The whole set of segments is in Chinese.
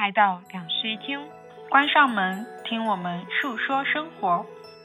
来到两室一厅，关上门，听我们述说生活。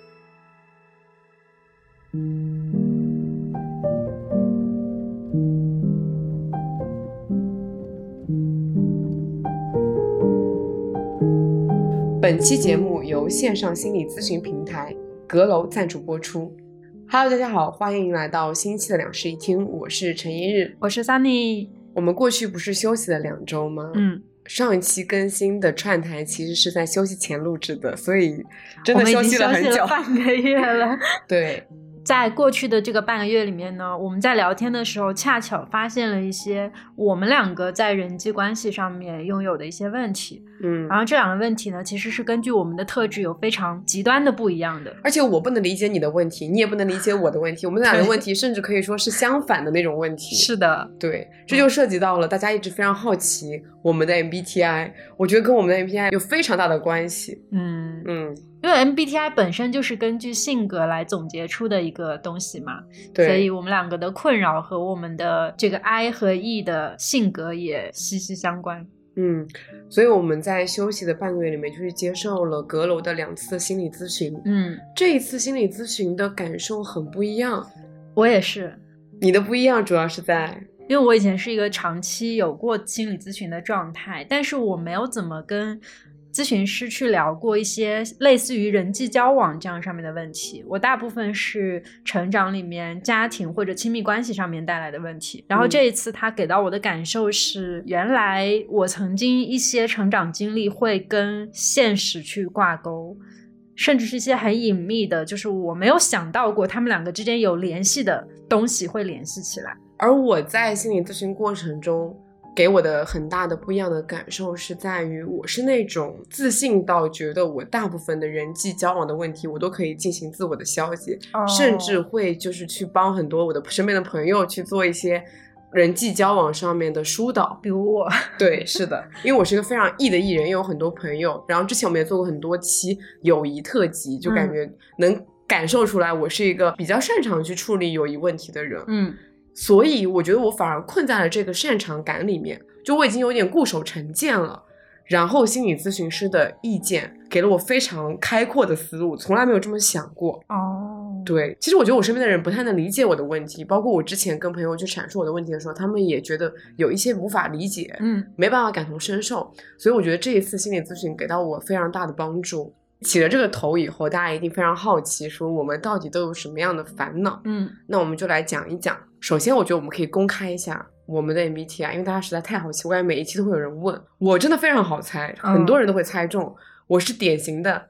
本期节目由线上心理咨询平台阁楼赞助播出。Hello， 大家好，欢迎来到新一期的两室一厅，我是陈一日， 我是 Sunny。 我们过去不是休息了2周吗？上一期更新的串台其实是在休息前录制的，所以真的休息了很久， 我们已经休息了半个月了。 对， 在过去的这个半个月里面呢，我们在聊天的时候恰巧发现了一些我们两个在人际关系上面拥有的一些问题。然后这两个问题呢，其实是根据我们的特质有非常极端的不一样的。 而且我不能理解你的问题，你也不能理解我的问题，我们两个问题甚至可以说是相反的那种问题。 是的， 对，这就涉及到了大家一直非常好奇我们的 MBTI， 我觉得跟我们的 MBTI 有非常大的关系。 因为 MBTI 本身就是根据性格来总结出的一个东西嘛， 对， 所以我们两个的困扰和我们的这个 I 和 E 的性格也息息相关。 所以我们在休息的半个月里面就去接受了阁楼的2次心理咨询。这一次心理咨询的感受很不一样。 我也是。 你的不一样主要是在因为我以前是一个长期有过心理咨询的状态，但是我没有怎么跟咨询师去聊过一些类似于人际交往这样上面的问题，我大部分是成长里面家庭或者亲密关系上面带来的问题。然后这一次他给到我的感受是，原来我曾经一些成长经历会跟现实去挂钩，甚至是一些很隐秘的，就是我没有想到过他们两个之间有联系的东西会联系起来。 而我在心理咨询过程中给我的很大的不一样的感受是在于，我是那种自信到觉得我大部分的人际交往的问题我都可以进行自我的消解，甚至会就是去帮很多我的身边的朋友去做一些人际交往上面的疏导。 比如我。 对，是的，因为我是一个非常 E 的 E 人，也有很多朋友，然后之前我们也做过很多期友谊特辑，就感觉能感受出来我是一个比较擅长去处理友谊问题的人。所以我觉得我反而困在了这个擅长感里面，就我已经有点固守成见了。然后心理咨询师的意见给了我非常开阔的思路，从来没有这么想过。对，其实我觉得我身边的人不太能理解我的问题，包括我之前跟朋友去阐述我的问题的时候，他们也觉得有一些无法理解，没办法感同身受。所以我觉得这一次心理咨询给到我非常大的帮助。起了这个头以后，大家一定非常好奇说我们到底都有什么样的烦恼。那我们就来讲一讲。首先我觉得我们可以公开一下我们的 MBTI， 因为大家实在太好奇，我感觉每一期都会有人问。我真的非常好猜，很多人都会猜中。我是典型的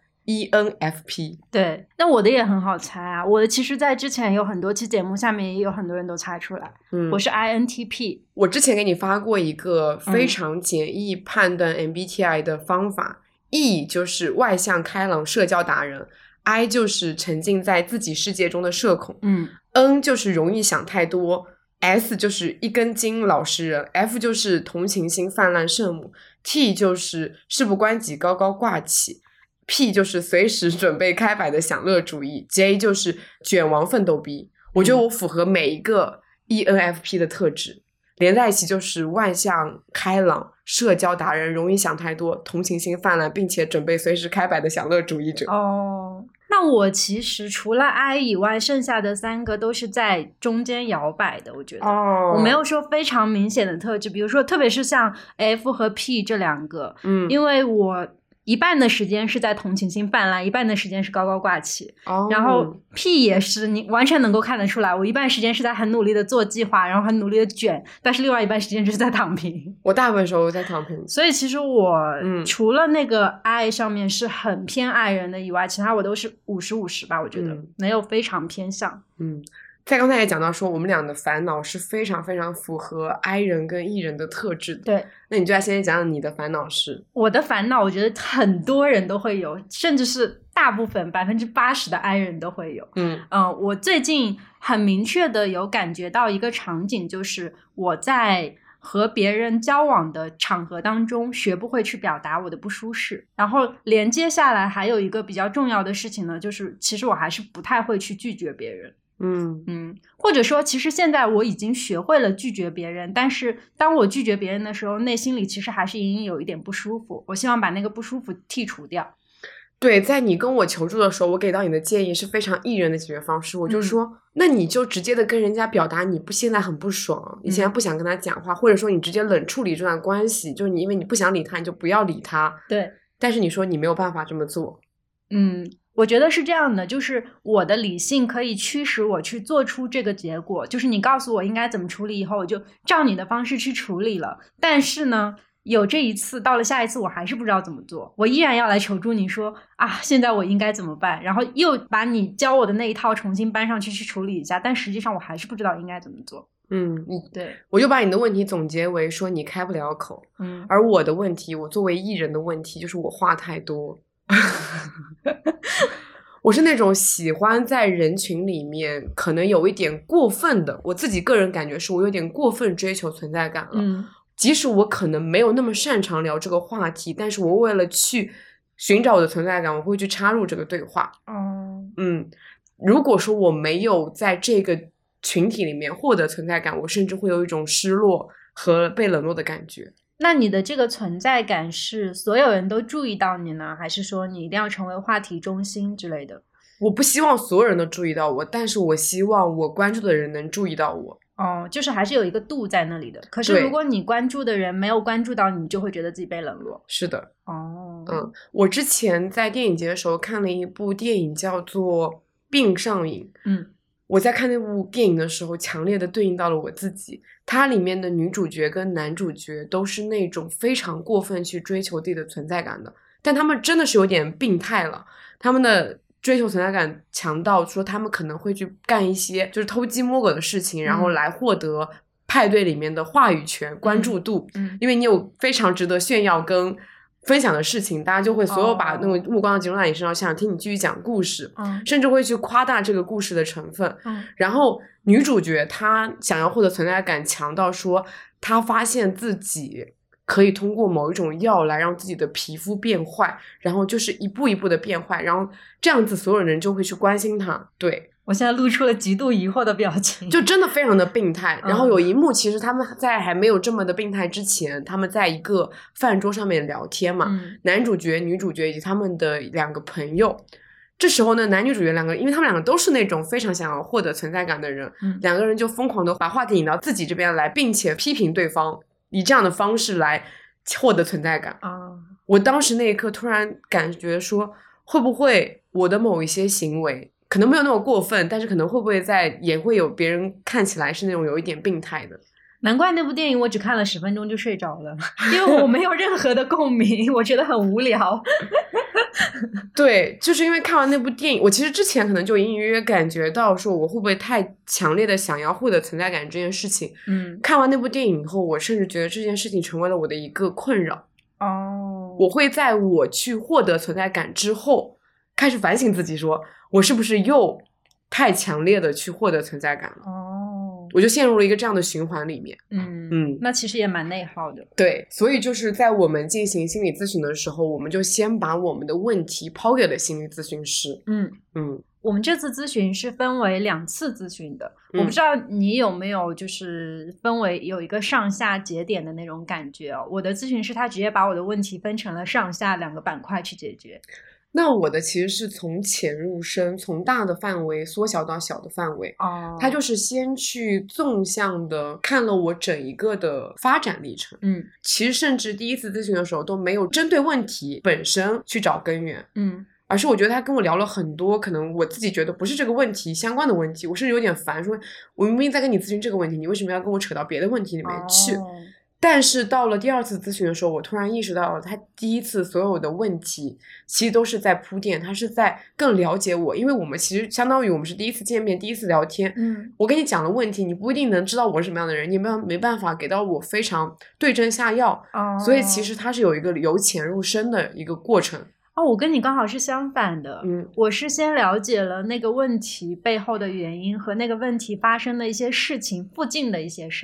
ENFP。 对，那我的也很好猜啊，我的其实在之前有很多期节目下面也有很多人都猜出来。我是 INTP。 我之前给你发过一个非常简易判断 MBTI 的方法。E 就是外向开朗社交达人， I 就是沉浸在自己世界中的社恐，N 就是容易想太多， S 就是一根筋老实人， F 就是同情心泛滥圣母， T 就是事不关己高高挂起， P 就是随时准备开摆的享乐主义， J 就是卷王奋斗逼。我觉得我符合每一个 ENFP 的特质，连在一起就是外向开朗社交达人，容易想太多，同情心泛滥，并且准备随时开摆的享乐主义者。 那我其实除了 I 以外，剩下的3个都是在中间摇摆的。我觉得我没有说非常明显的特质，比如说特别是像 F 和 P 这2个，因为我一半的时间是在同情心泛滥，一半的时间是高高挂起。然后 P 也是，你完全能够看得出来，我一半时间是在很努力的做计划，然后很努力的卷，但是另外一半时间就是在躺平。 我大部分时候在躺平。 所以其实我除了那个 I 上面是很偏爱人的以外，其他我都是50-50吧，我觉得没有非常偏向。 在刚才也讲到说我们俩的烦恼是非常非常符合 I 人跟 E 人的特质的。 对， 那你就来先讲讲你的烦恼是。 我的烦恼我觉得很多人都会有，甚至是大部分80%的 I 人都会有。我最近很明确的有感觉到一个场景，就是我在和别人交往的场合当中学不会去表达我的不舒适，然后连接下来还有一个比较重要的事情呢，就是其实我还是不太会去拒绝别人。 或者说其实现在我已经学会了拒绝别人，但是当我拒绝别人的时候，内心里其实还是隐隐有一点不舒服，我希望把那个不舒服剔除掉。 对，在你跟我求助的时候，我给到你的建议是非常艺人的解决方式，我就说那你就直接的跟人家表达你现在很不爽，你现在不想跟他讲话，或者说你直接冷处理这段关系，就是你因为你不想理他，你就不要理他。 对， 但是你说你没有办法这么做。 我觉得是这样的，就是我的理性可以驱使我去做出这个结果，就是你告诉我应该怎么处理以后，我就照你的方式去处理了。但是呢，有这一次，到了下一次我还是不知道怎么做，我依然要来求助你说现在我应该怎么办，然后又把你教我的那一套重新搬上去处理一下，但实际上我还是不知道应该怎么做。 对，我就把你的问题总结为说你开不了口，而我的问题，我作为艺人的问题就是我话太多。我是那种喜欢在人群里面可能有一点过分的，我自己个人感觉是我有点过分追求存在感了。即使我可能没有那么擅长聊这个话题，但是我为了去寻找我的存在感，我会去插入这个对话。如果说我没有在这个群体里面获得存在感，我甚至会有一种失落和被冷落的感觉。 那你的这个存在感是所有人都注意到你呢，还是说你一定要成为话题中心之类的？ 我不希望所有人都注意到我，但是我希望我关注的人能注意到我。 就是还是有一个度在那里的。可是如果你关注的人没有关注到你，就会觉得自己被冷落。 是的。我之前在电影节的时候看了一部电影叫做《病上瘾》。我在看那部电影的时候强烈的对应到了我自己，它里面的女主角跟男主角都是那种非常过分去追求自己的存在感的，但他们真的是有点病态了，他们的追求存在感强到说他们可能会去干一些就是偷鸡摸狗的事情，然后来获得派对里面的话语权、关注度。因为你有非常值得炫耀跟分享的事情，大家就会所有把那个目光集中在你身上，想听你继续讲故事，甚至会去夸大这个故事的成分。然后女主角她想要获得存在感强到说她发现自己可以通过某一种药来让自己的皮肤变坏，然后就是一步一步的变坏，然后这样子所有人就会去关心她。对， 我现在露出了极度疑惑的表情， 就真的非常的病态。然后有一幕其实他们在还没有这么的病态之前，他们在一个饭桌上面聊天嘛，男主角女主角以及他们的两个朋友。这时候呢，男女主角两个人，因为他们两个都是那种非常想要获得存在感的人，两个人就疯狂的把话题引到自己这边来，并且批评对方，以这样的方式来获得存在感。我当时那一刻突然感觉说，会不会我的某一些行为可能没有那么过分，但是可能会不会也会有别人看起来是那种有一点病态的。 难怪那部电影我只看了10分钟就睡着了，因为我没有任何的共鸣，我觉得很无聊。 对，就是因为看完那部电影，我其实之前可能就隐隐约约感觉到说我会不会太强烈的想要获得存在感这件事情。看完那部电影以后，我甚至觉得这件事情成为了我的一个困扰。我会在我去获得存在感之后开始反省自己，说我是不是又太强烈的去获得存在感了。我就陷入了一个这样的循环里面。 那其实也蛮内耗的。 对，所以就是在我们进行心理咨询的时候，我们就先把我们的问题抛给了心理咨询师。 我们这次咨询是分为2次咨询的，我不知道你有没有就是分为有一个上下节点的那种感觉哦。我的咨询师他直接把我的问题分成了上下2个板块去解决。 那我的其实是从浅入深，从大的范围缩小到小的范围。他就是先去纵向的看了我整一个的发展历程。其实甚至第一次咨询的时候都没有针对问题本身去找根源。而是我觉得他跟我聊了很多可能我自己觉得不是这个问题相关的问题，我甚至有点烦，说我明明在跟你咨询这个问题，你为什么要跟我扯到别的问题里面去。但是到了第2次咨询的时候，我突然意识到了他第一次所有的问题其实都是在铺垫，他是在更了解我，因为我们其实相当于我们是第一次见面，第一次聊天。我跟你讲的问题你不一定能知道我是什么样的人，你没办法给到我非常对症下药。所以其实它是有一个由浅入深的一个过程。 我跟你刚好是相反的。我是先了解了那个问题背后的原因和那个问题发生的一些事情附近的一些事儿，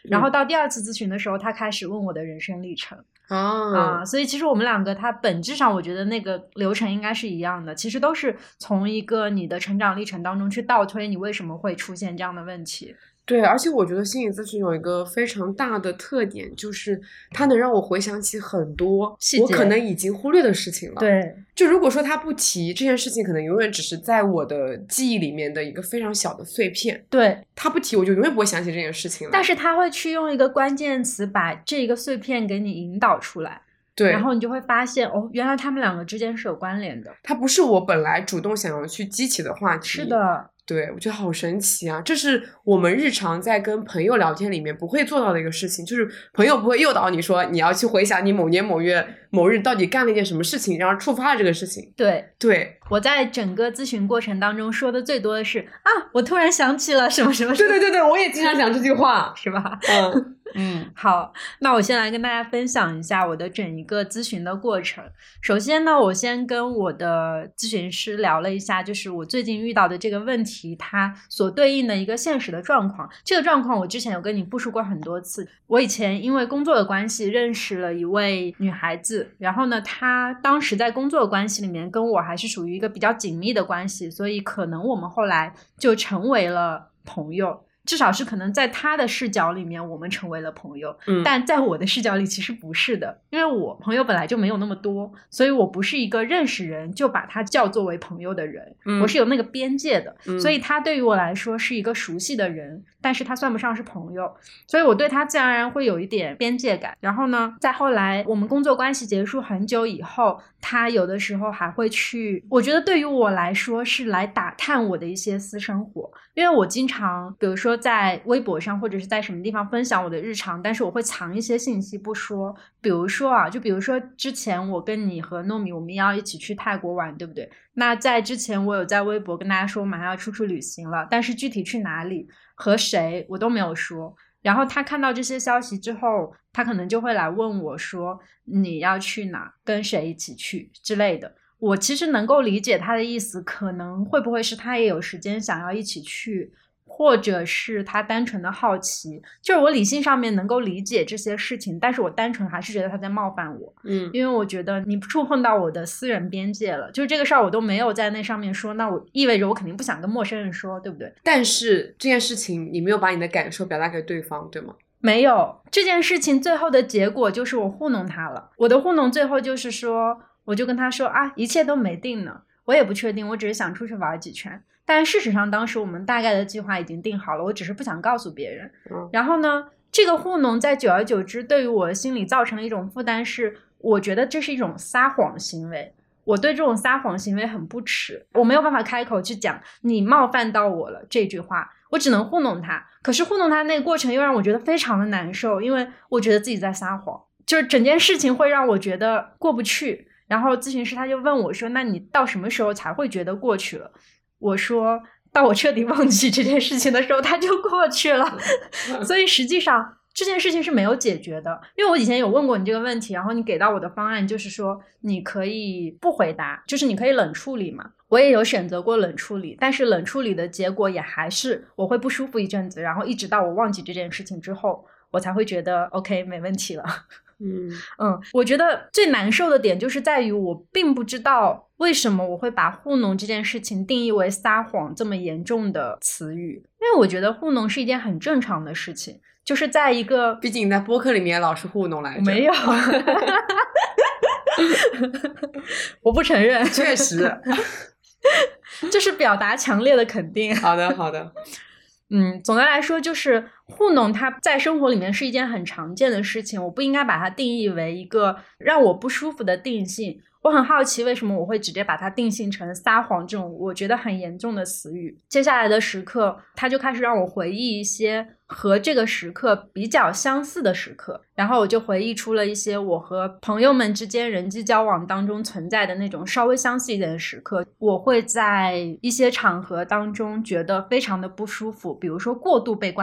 然后到第2次咨询的时候，他开始问我的人生历程。所以其实我们2个它本质上我觉得那个流程应该是一样的，其实都是从一个你的成长历程当中去倒推你为什么会出现这样的问题。 对，而且我觉得心理咨询有一个非常大的特点，就是它能让我回想起很多我可能已经忽略的事情了。 对， 就如果说他不提这件事情，可能永远只是在我的记忆里面的一个非常小的碎片。 对， 他不提我就永远不会想起这件事情了。 但是他会去用一个关键词把这个碎片给你引导出来。 对， 然后你就会发现原来他们2个之间是有关联的。 它不是我本来主动想要去激起的话题。 是的。 对，我觉得好神奇啊！这是我们日常在跟朋友聊天里面不会做到的一个事情，就是朋友不会诱导你说你要去回想你某年某月某日到底干了一件什么事情，然后触发了这个事情。对， 我在整个咨询过程当中说的最多的是我突然想起了什么什么。 对，我也经常讲这句话， 是吧？好，那我先来跟大家分享一下我的整一个咨询的过程。首先呢，我先跟我的咨询师聊了一下，就是我最近遇到的这个问题它所对应的一个现实的状况。这个状况我之前有跟你复述过很多次。我以前因为工作的关系认识了一位女孩子，然后呢她当时在工作的关系里面跟我还是属于一个比较紧密的关系，所以可能我们后来就成为了朋友，至少是可能在他的视角里面我们成为了朋友。但在我的视角里其实不是的，因为我朋友本来就没有那么多，所以我不是一个认识人就把他叫作为朋友的人。我是有那个边界的。所以他对于我来说是一个熟悉的人，但是他算不上是朋友，所以我对他自然而然会有一点边界感。然后呢，在后来我们工作关系结束很久以后，他有的时候还会去，我觉得对于我来说是来打探我的一些私生活。因为我经常比如说在微博上或者是在什么地方分享我的日常，但是我会藏一些信息不说。比如说之前我跟你和糯米我们要一起去泰国玩，对不对？那在之前我有在微博跟大家说我马上要出去旅行了，但是具体去哪里和谁我都没有说。然后他看到这些消息之后，他可能就会来问我说你要去哪，跟谁一起去之类的。我其实能够理解他的意思，可能会不会是他也有时间想要一起去，或者是他单纯的好奇。就是我理性上面能够理解这些事情，但是我单纯还是觉得他在冒犯我。因为我觉得你触碰到我的私人边界了，就是这个事儿我都没有在那上面说，那我意味着我肯定不想跟陌生人说，对不对？ 但是这件事情你没有把你的感受表达给对方，对吗？ 没有，这件事情最后的结果就是我糊弄他了。我的糊弄最后就是说，我就跟他说一切都没定呢，我也不确定，我只是想出去玩几圈。但事实上当时我们大概的计划已经定好了，我只是不想告诉别人。然后呢，这个糊弄在久而久之对于我的心理造成了一种负担，是我觉得这是一种撒谎行为。我对这种撒谎行为很不耻，我没有办法开口去讲你冒犯到我了这句话，我只能糊弄他。可是糊弄他那个过程又让我觉得非常的难受，因为我觉得自己在撒谎，就是整件事情会让我觉得过不去。然后咨询师他就问我说，那你到什么时候才会觉得过去了？我说到我彻底忘记这件事情的时候它就过去了。所以实际上这件事情是没有解决的，因为我以前有问过你这个问题，然后你给到我的方案就是说你可以不回答，就是你可以冷处理嘛。我也有选择过冷处理，但是冷处理的结果也还是我会不舒服一阵子，然后一直到我忘记这件事情之后，我才会觉得 OK 没问题了。我觉得最难受的点就是在于我并不知道为什么我会把糊弄这件事情定义为撒谎这么严重的词语，因为我觉得糊弄是一件很正常的事情，就是在一个， 毕竟你在播客里面老是糊弄来着。 没有我不承认， 确实这是表达强烈的肯定。 好的总的来说就是糊弄它在生活里面是一件很常见的事情，我不应该把它定义为一个让我不舒服的定性。我很好奇为什么我会直接把它定性成撒谎这种我觉得很严重的词语。接下来的时刻他就开始让我回忆一些和这个时刻比较相似的时刻，然后我就回忆出了一些我和朋友们之间人际交往当中存在的那种稍微相似一点的时刻。我会在一些场合当中觉得非常的不舒服，比如说过度被关注了，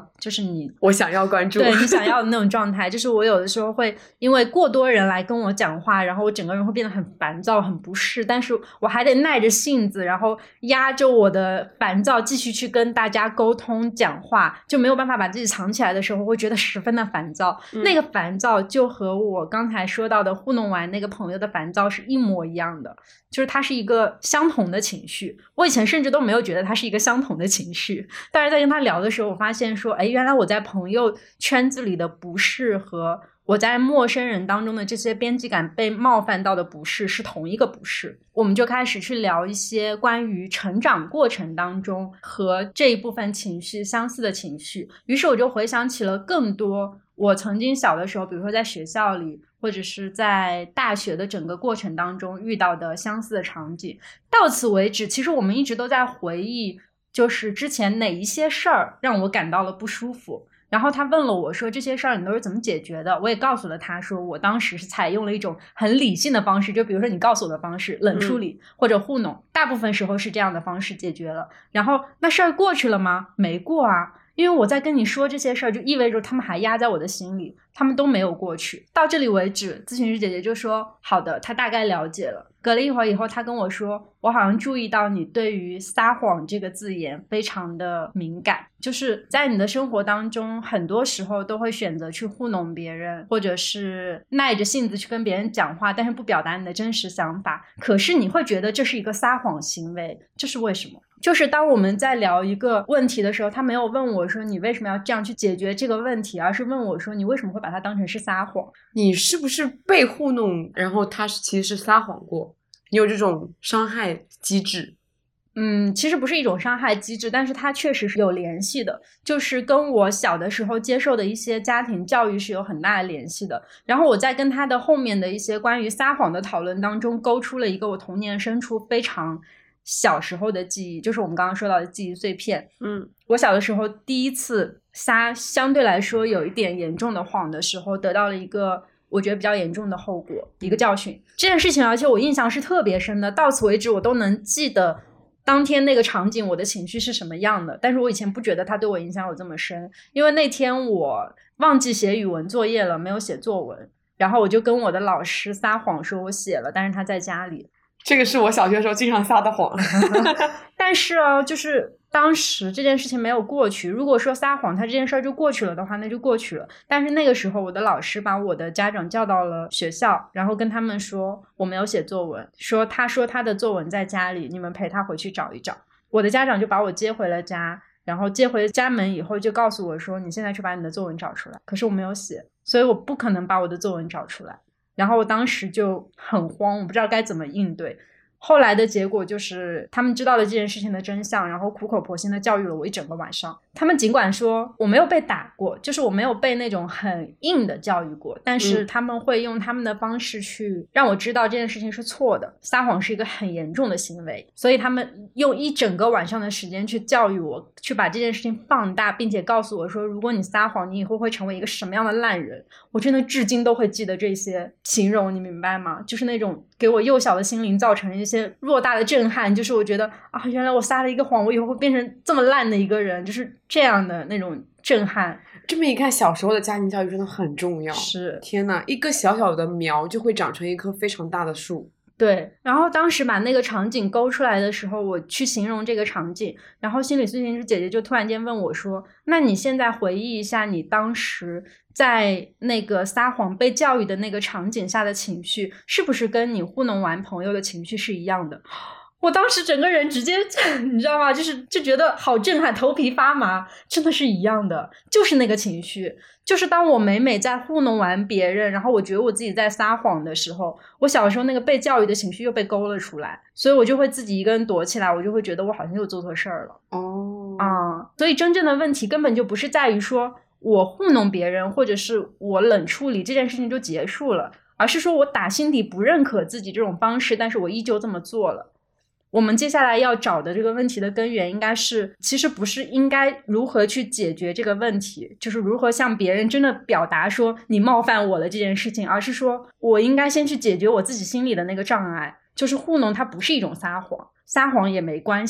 就是我想要关注， 对你想要的那种状态。就是我有的时候会因为过多人来跟我讲话，然后我整个人会变得很烦躁很不适，但是我还得耐着性子，然后压着我的烦躁继续去跟大家沟通讲话，就没有办法把自己藏起来的时候会觉得十分的烦躁。那个烦躁就和我刚才说到的糊弄完那个朋友的烦躁是一模一样的，就是它是一个相同的情绪。我以前甚至都没有觉得它是一个相同的情绪，但是在跟他聊的时候我发现说，哎，原来我在朋友圈子里的不适和我在陌生人当中的这些边际感被冒犯到的不适是同一个不适。我们就开始去聊一些关于成长过程当中和这一部分情绪相似的情绪，于是我就回想起了更多我曾经小的时候，比如说在学校里或者是在大学的整个过程当中遇到的相似的场景。到此为止，其实我们一直都在回忆就是之前哪一些事儿让我感到了不舒服，然后他问了我说这些事儿你都是怎么解决的，我也告诉了他说我当时是采用了一种很理性的方式，就比如说你告诉我的方式，冷处理或者糊弄，大部分时候是这样的方式解决了。然后那事儿过去了吗？没过啊，因为我在跟你说这些事儿就意味着他们还压在我的心里，他们都没有过去。到这里为止，咨询师姐姐就说好的，她大概了解了。隔了一会儿以后，她跟我说我好像注意到你对于撒谎这个字眼非常的敏感，就是在你的生活当中很多时候都会选择去糊弄别人，或者是耐着性子去跟别人讲话，但是不表达你的真实想法，可是你会觉得这是一个撒谎行为，这是为什么？就是当我们在聊一个问题的时候，他没有问我说你为什么要这样去解决这个问题，而是问我说你为什么会把它当成是撒谎， 你是不是被糊弄然后他其实是撒谎过，你有这种伤害机制。 其实不是一种伤害机制，但是它确实是有联系的，就是跟我小的时候接受的一些家庭教育是有很大的联系的。然后我在跟他的后面的一些关于撒谎的讨论当中勾出了一个我童年深处非常小时候的记忆，就是我们刚刚说到的记忆碎片。我小的时候第一次撒相对来说有一点严重的谎的时候，得到了一个我觉得比较严重的后果，一个教训。这件事情而且我印象是特别深的，到此为止我都能记得当天那个场景我的情绪是什么样的，但是我以前不觉得它对我影响有这么深。因为那天我忘记写语文作业了，没有写作文，然后我就跟我的老师撒谎说我写了，但是他在家里。 这个是我小学时候经常撒的谎但是就是当时这件事情没有过去，如果说撒谎他这件事儿就过去了的话，那就过去了。但是那个时候我的老师把我的家长叫到了学校，然后跟他们说我没有写作文，他说他的作文在家里，你们陪他回去找一找。我的家长就把我接回了家，然后接回家门以后就告诉我说你现在去把你的作文找出来。可是我没有写，所以我不可能把我的作文找出来。然后我当时就很慌，我不知道该怎么应对。后来的结果就是他们知道了这件事情的真相，然后苦口婆心的教育了我一整个晚上。他们尽管说我没有被打过，就是我没有被那种很硬的教育过，但是他们会用他们的方式去让我知道这件事情是错的，撒谎是一个很严重的行为。所以他们用一整个晚上的时间去教育我，去把这件事情放大，并且告诉我说如果你撒谎你以后会成为一个什么样的烂人。我真的至今都会记得这些形容，你明白吗？就是那种给我幼小的心灵造成一些偌大的震撼，就是我觉得啊，原来我撒了一个谎，我以后会变成这么烂的一个人，就是这样的那种震撼。 这么一看，小时候的家庭教育真的很重要。 是， 天哪，一个小小的苗就会长成一棵非常大的树。 对，然后当时把那个场景勾出来的时候，我去形容这个场景，然后心理咨询师姐姐就突然间问我说，那你现在回忆一下你当时在那个撒谎被教育的那个场景下的情绪，是不是跟你糊弄完朋友的情绪是一样的？我当时整个人直接你知道吗，就觉得好震撼，头皮发麻，真的是一样的，就是那个情绪。就是当我每每在糊弄完别人，然后我觉得我自己在撒谎的时候，我小时候那个被教育的情绪又被勾了出来，所以我就会自己一个人躲起来，我就会觉得我好像又做错事儿了。所以真正的问题根本就不是在于说我糊弄别人或者是我冷处理这件事情就结束了，而是说我打心底不认可自己这种方式，但是我依旧这么做了。我们接下来要找的这个问题的根源应该是，其实不是应该如何去解决这个问题，就是如何向别人真的表达说你冒犯我了这件事情，而是说我应该先去解决我自己心里的那个障碍，就是糊弄它不是一种撒谎，撒谎也没关系，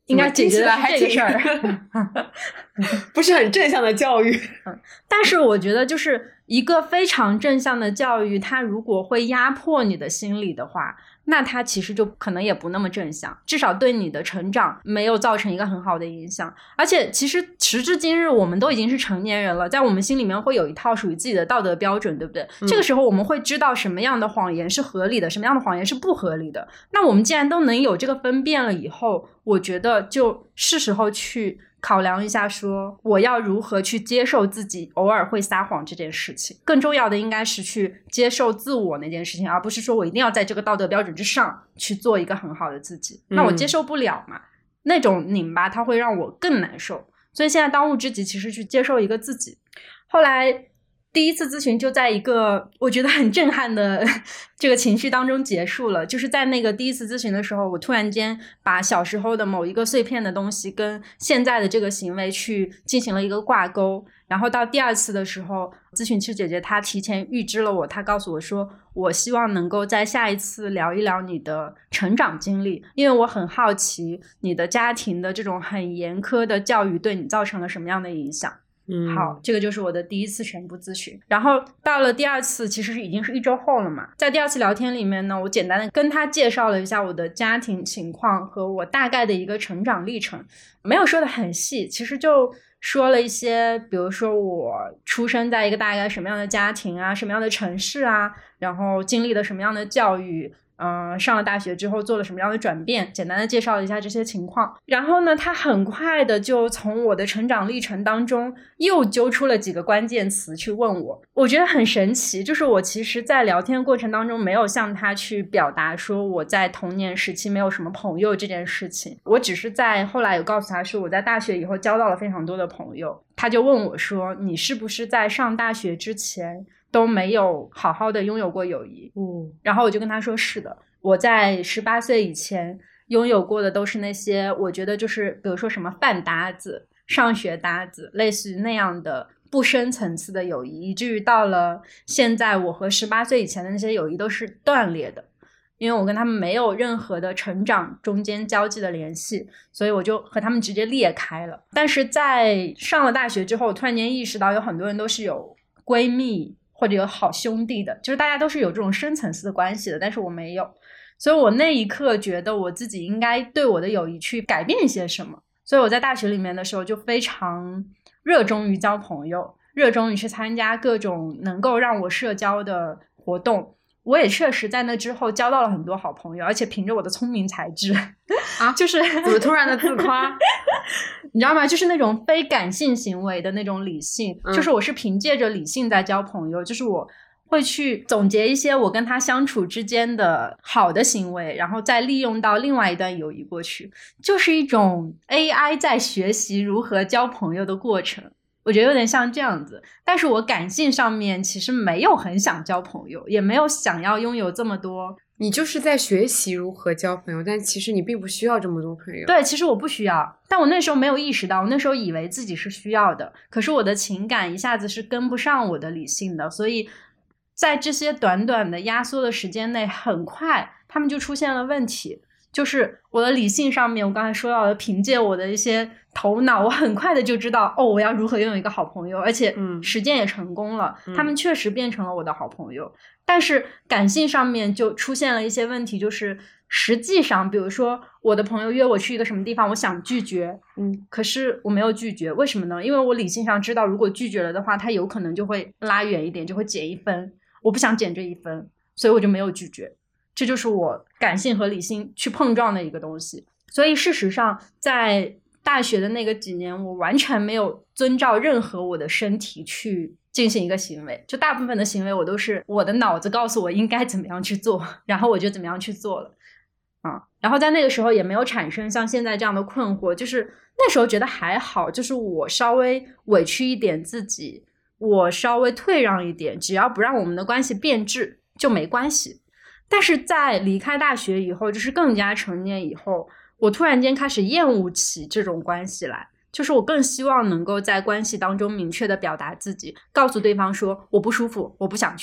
应该解决的是这个事儿， 不是很正向的教育。 但是我觉得就是一个非常正向的教育，它如果会压迫你的心理的话，那它其实就可能也不那么正向，至少对你的成长没有造成一个很好的影响。而且其实时至今日我们都已经是成年人了，在我们心里面会有一套属于自己的道德标准，对不对？这个时候我们会知道什么样的谎言是合理的，什么样的谎言是不合理的。那我们既然都能有这个分辨了以后，我觉得就是时候去考量一下说我要如何去接受自己偶尔会撒谎这件事情。更重要的应该是去接受自我那件事情，而不是说我一定要在这个道德标准之上去做一个很好的自己，那我接受不了嘛，那种拧巴它会让我更难受。所以现在当务之急其实去接受一个自己。后来第一次咨询就在一个我觉得很震撼的这个情绪当中结束了，就是在那个第一次咨询的时候，我突然间把小时候的某一个碎片的东西跟现在的这个行为去进行了一个挂钩。然后到第二次的时候，咨询师姐姐她提前预知了我，她告诉我说我希望能够在下一次聊一聊你的成长经历，因为我很好奇你的家庭的这种很严苛的教育对你造成了什么样的影响。好，这个就是我的第一次全部咨询。然后到了第二次其实已经是1周后了嘛，在第二次聊天里面呢，我简单的跟他介绍了一下我的家庭情况和我大概的一个成长历程，没有说的很细，其实就说了一些比如说我出生在一个大概什么样的家庭啊，什么样的城市啊，然后经历了什么样的教育，上了大学之后做了什么样的转变，简单的介绍了一下这些情况。然后呢，他很快的就从我的成长历程当中又揪出了几个关键词去问我，我觉得很神奇，就是我其实在聊天过程当中没有向他去表达说我在童年时期没有什么朋友这件事情，我只是在后来有告诉他说我在大学以后交到了非常多的朋友。他就问我说你是不是在上大学之前都没有好好的拥有过友谊。然后我就跟他说是的，我在18岁以前拥有过的都是那些我觉得就是比如说什么饭搭子、上学搭子，类似于那样的不深层次的友谊，以至于到了现在我和18岁以前的那些友谊都是断裂的，因为我跟他们没有任何的成长中间交际的联系，所以我就和他们直接裂开了。但是在上了大学之后，我突然间意识到有很多人都是有闺蜜或者有好兄弟的，就是大家都是有这种深层次的关系的，但是我没有。所以我那一刻觉得我自己应该对我的友谊去改变一些什么，所以我在大学里面的时候就非常热衷于交朋友，热衷于去参加各种能够让我社交的活动。我也确实在那之后交到了很多好朋友，而且凭着我的聪明才智啊， 就是怎么突然的自夸你知道吗，就是那种非感性行为的那种理性，就是我是凭借着理性在交朋友，就是我会去总结一些我跟他相处之间的好的行为，然后再利用到另外一段友谊过去，就是一种 AI 在学习如何交朋友的过程，我觉得有点像这样子。但是我感性上面其实没有很想交朋友，也没有想要拥有这么多。 你就是在学习如何交朋友，但其实你并不需要这么多朋友。 对，其实我不需要，但我那时候没有意识到，我那时候以为自己是需要的，可是我的情感一下子是跟不上我的理性的，所以在这些短短的压缩的时间内，很快他们就出现了问题。就是我的理性上面，我刚才说到的，凭借我的一些头脑，我很快的就知道我要如何拥有一个好朋友，而且实践也成功了，他们确实变成了我的好朋友。但是感性上面就出现了一些问题，就是实际上比如说我的朋友约我去一个什么地方，我想拒绝可是我没有拒绝，为什么呢？因为我理性上知道如果拒绝了的话，他有可能就会拉远一点，就会减1分，我不想减这1分，所以我就没有拒绝。这就是我感性和理性去碰撞的一个东西。所以事实上在大学的那个几年，我完全没有遵照任何我的身体去进行一个行为，就大部分的行为我都是我的脑子告诉我应该怎么样去做，然后我就怎么样去做了然后在那个时候也没有产生像现在这样的困惑，就是那时候觉得还好，就是我稍微委屈一点自己，我稍微退让一点，只要不让我们的关系变质就没关系。但是在离开大学以后，就是更加成年以后，我突然间开始厌恶起这种关系来，就是我更希望能够在关系当中明确的表达自己，告诉对方说我不舒服，我不想去，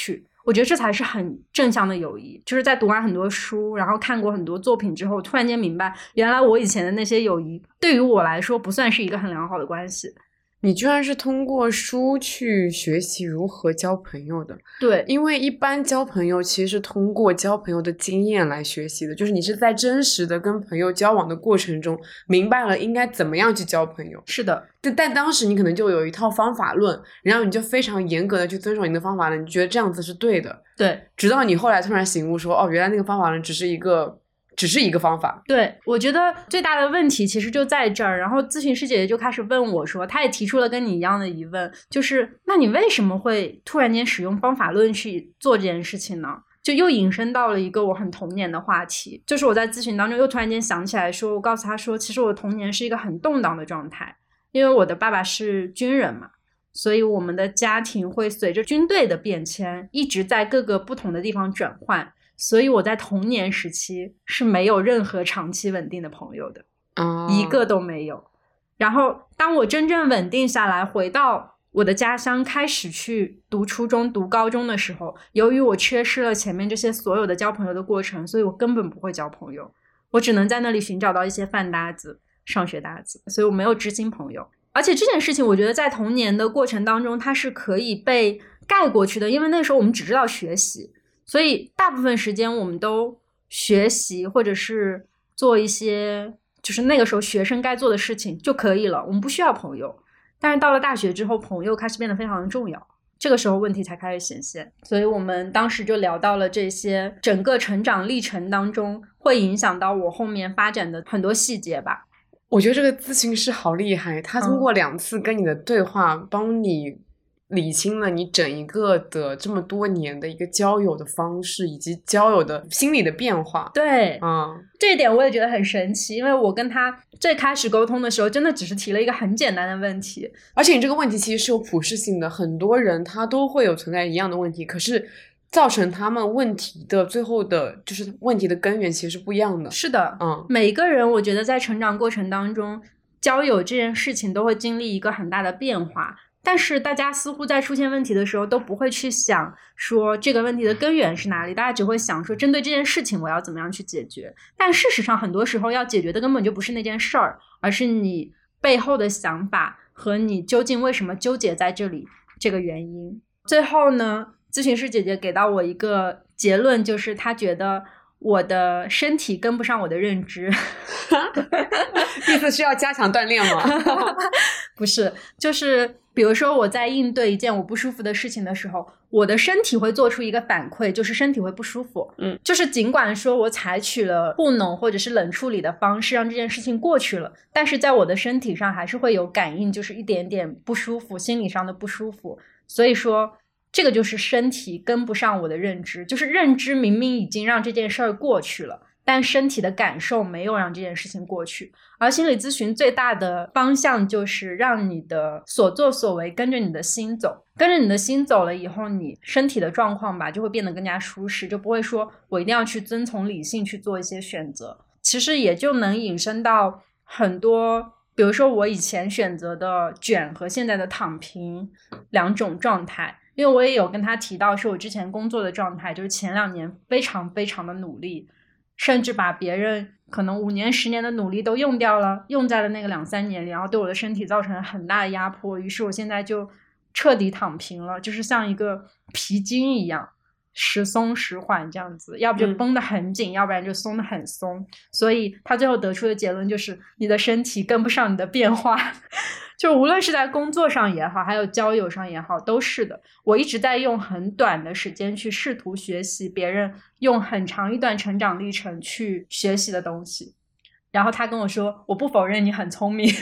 我觉得这才是很正向的友谊。就是在读完很多书，然后看过很多作品之后，突然间明白，原来我以前的那些友谊对于我来说不算是一个很良好的关系。 你居然是通过书去学习如何交朋友的。 对， 因为一般交朋友其实是通过交朋友的经验来学习的，就是你是在真实的跟朋友交往的过程中明白了应该怎么样去交朋友。 是的， 但当时你可能就有一套方法论，然后你就非常严格的去遵守你的方法论，你觉得这样子是对的。 对， 直到你后来突然醒悟说，哦，原来那个方法论只是一个方法。 对，我觉得最大的问题其实就在这儿。然后咨询师姐姐就开始问我说，她也提出了跟你一样的疑问，就是那你为什么会突然间使用方法论去做这件事情呢？就又引申到了一个我很童年的话题，就是我在咨询当中又突然间想起来说，我告诉她说，其实我童年是一个很动荡的状态，因为我的爸爸是军人嘛，所以我们的家庭会随着军队的变迁一直在各个不同的地方转换，所以我在童年时期是没有任何长期稳定的朋友的，一个都没有。然后当我真正稳定下来，回到我的家乡，开始去读初中读高中的时候，由于我缺失了前面这些所有的交朋友的过程，所以我根本不会交朋友，我只能在那里寻找到一些饭搭子上学搭子，所以我没有知心朋友。而且这件事情我觉得在童年的过程当中它是可以被盖过去的，因为那时候我们只知道学习，所以大部分时间我们都学习或者是做一些就是那个时候学生该做的事情就可以了，我们不需要朋友。但是到了大学之后，朋友开始变得非常的重要，这个时候问题才开始显现。所以我们当时就聊到了这些整个成长历程当中会影响到我后面发展的很多细节吧。 我觉得这个咨询师好厉害，他通过2次跟你的对话帮你理清了你整一个的这么多年的一个交友的方式以及交友的心理的变化。 对，这一点我也觉得很神奇，因为我跟他最开始沟通的时候真的只是提了一个很简单的问题， 而且你这个问题其实是有普适性的，很多人他都会有存在一样的问题，可是造成他们问题的最后的就是问题的根源其实是不一样的。 是的，每一个人我觉得在成长过程当中交友这件事情都会经历一个很大的变化，但是大家似乎在出现问题的时候都不会去想说这个问题的根源是哪里，大家只会想说针对这件事情我要怎么样去解决。但事实上很多时候要解决的根本就不是那件事儿，而是你背后的想法和你究竟为什么纠结在这里这个原因。最后呢，咨询师姐姐给到我一个结论，就是她觉得我的身体跟不上我的认知。 意思是要加强锻炼吗？ 不是，就是比如说我在应对一件我不舒服的事情的时候，我的身体会做出一个反馈，就是身体会不舒服。就是尽管说我采取了糊弄或者是冷处理的方式让这件事情过去了，但是在我的身体上还是会有感应，就是一点点不舒服，心理上的不舒服。所以说这个就是身体跟不上我的认知，就是认知明明已经让这件事儿过去了，但身体的感受没有让这件事情过去。而心理咨询最大的方向就是让你的所作所为跟着你的心走，跟着你的心走了以后，你身体的状况吧就会变得更加舒适，就不会说我一定要去遵从理性去做一些选择。其实也就能引申到很多，比如说我以前选择的卷和现在的躺平2种状态。因为我也有跟他提到，是我之前工作的状态，就是前2年非常非常的努力，甚至把别人可能5年10年的努力都用掉了，用在了那个2-3年里，然后对我的身体造成了很大的压迫。于是我现在就彻底躺平了，就是像一个皮筋一样，时松时缓这样子，要不就绷得很紧，要不然就松得很松。所以他最后得出的结论就是你的身体跟不上你的变化。就无论是在工作上也好，还有交友上也好，都是的。我一直在用很短的时间去试图学习别人用很长一段成长历程去学习的东西。然后他跟我说，我不否认你很聪明，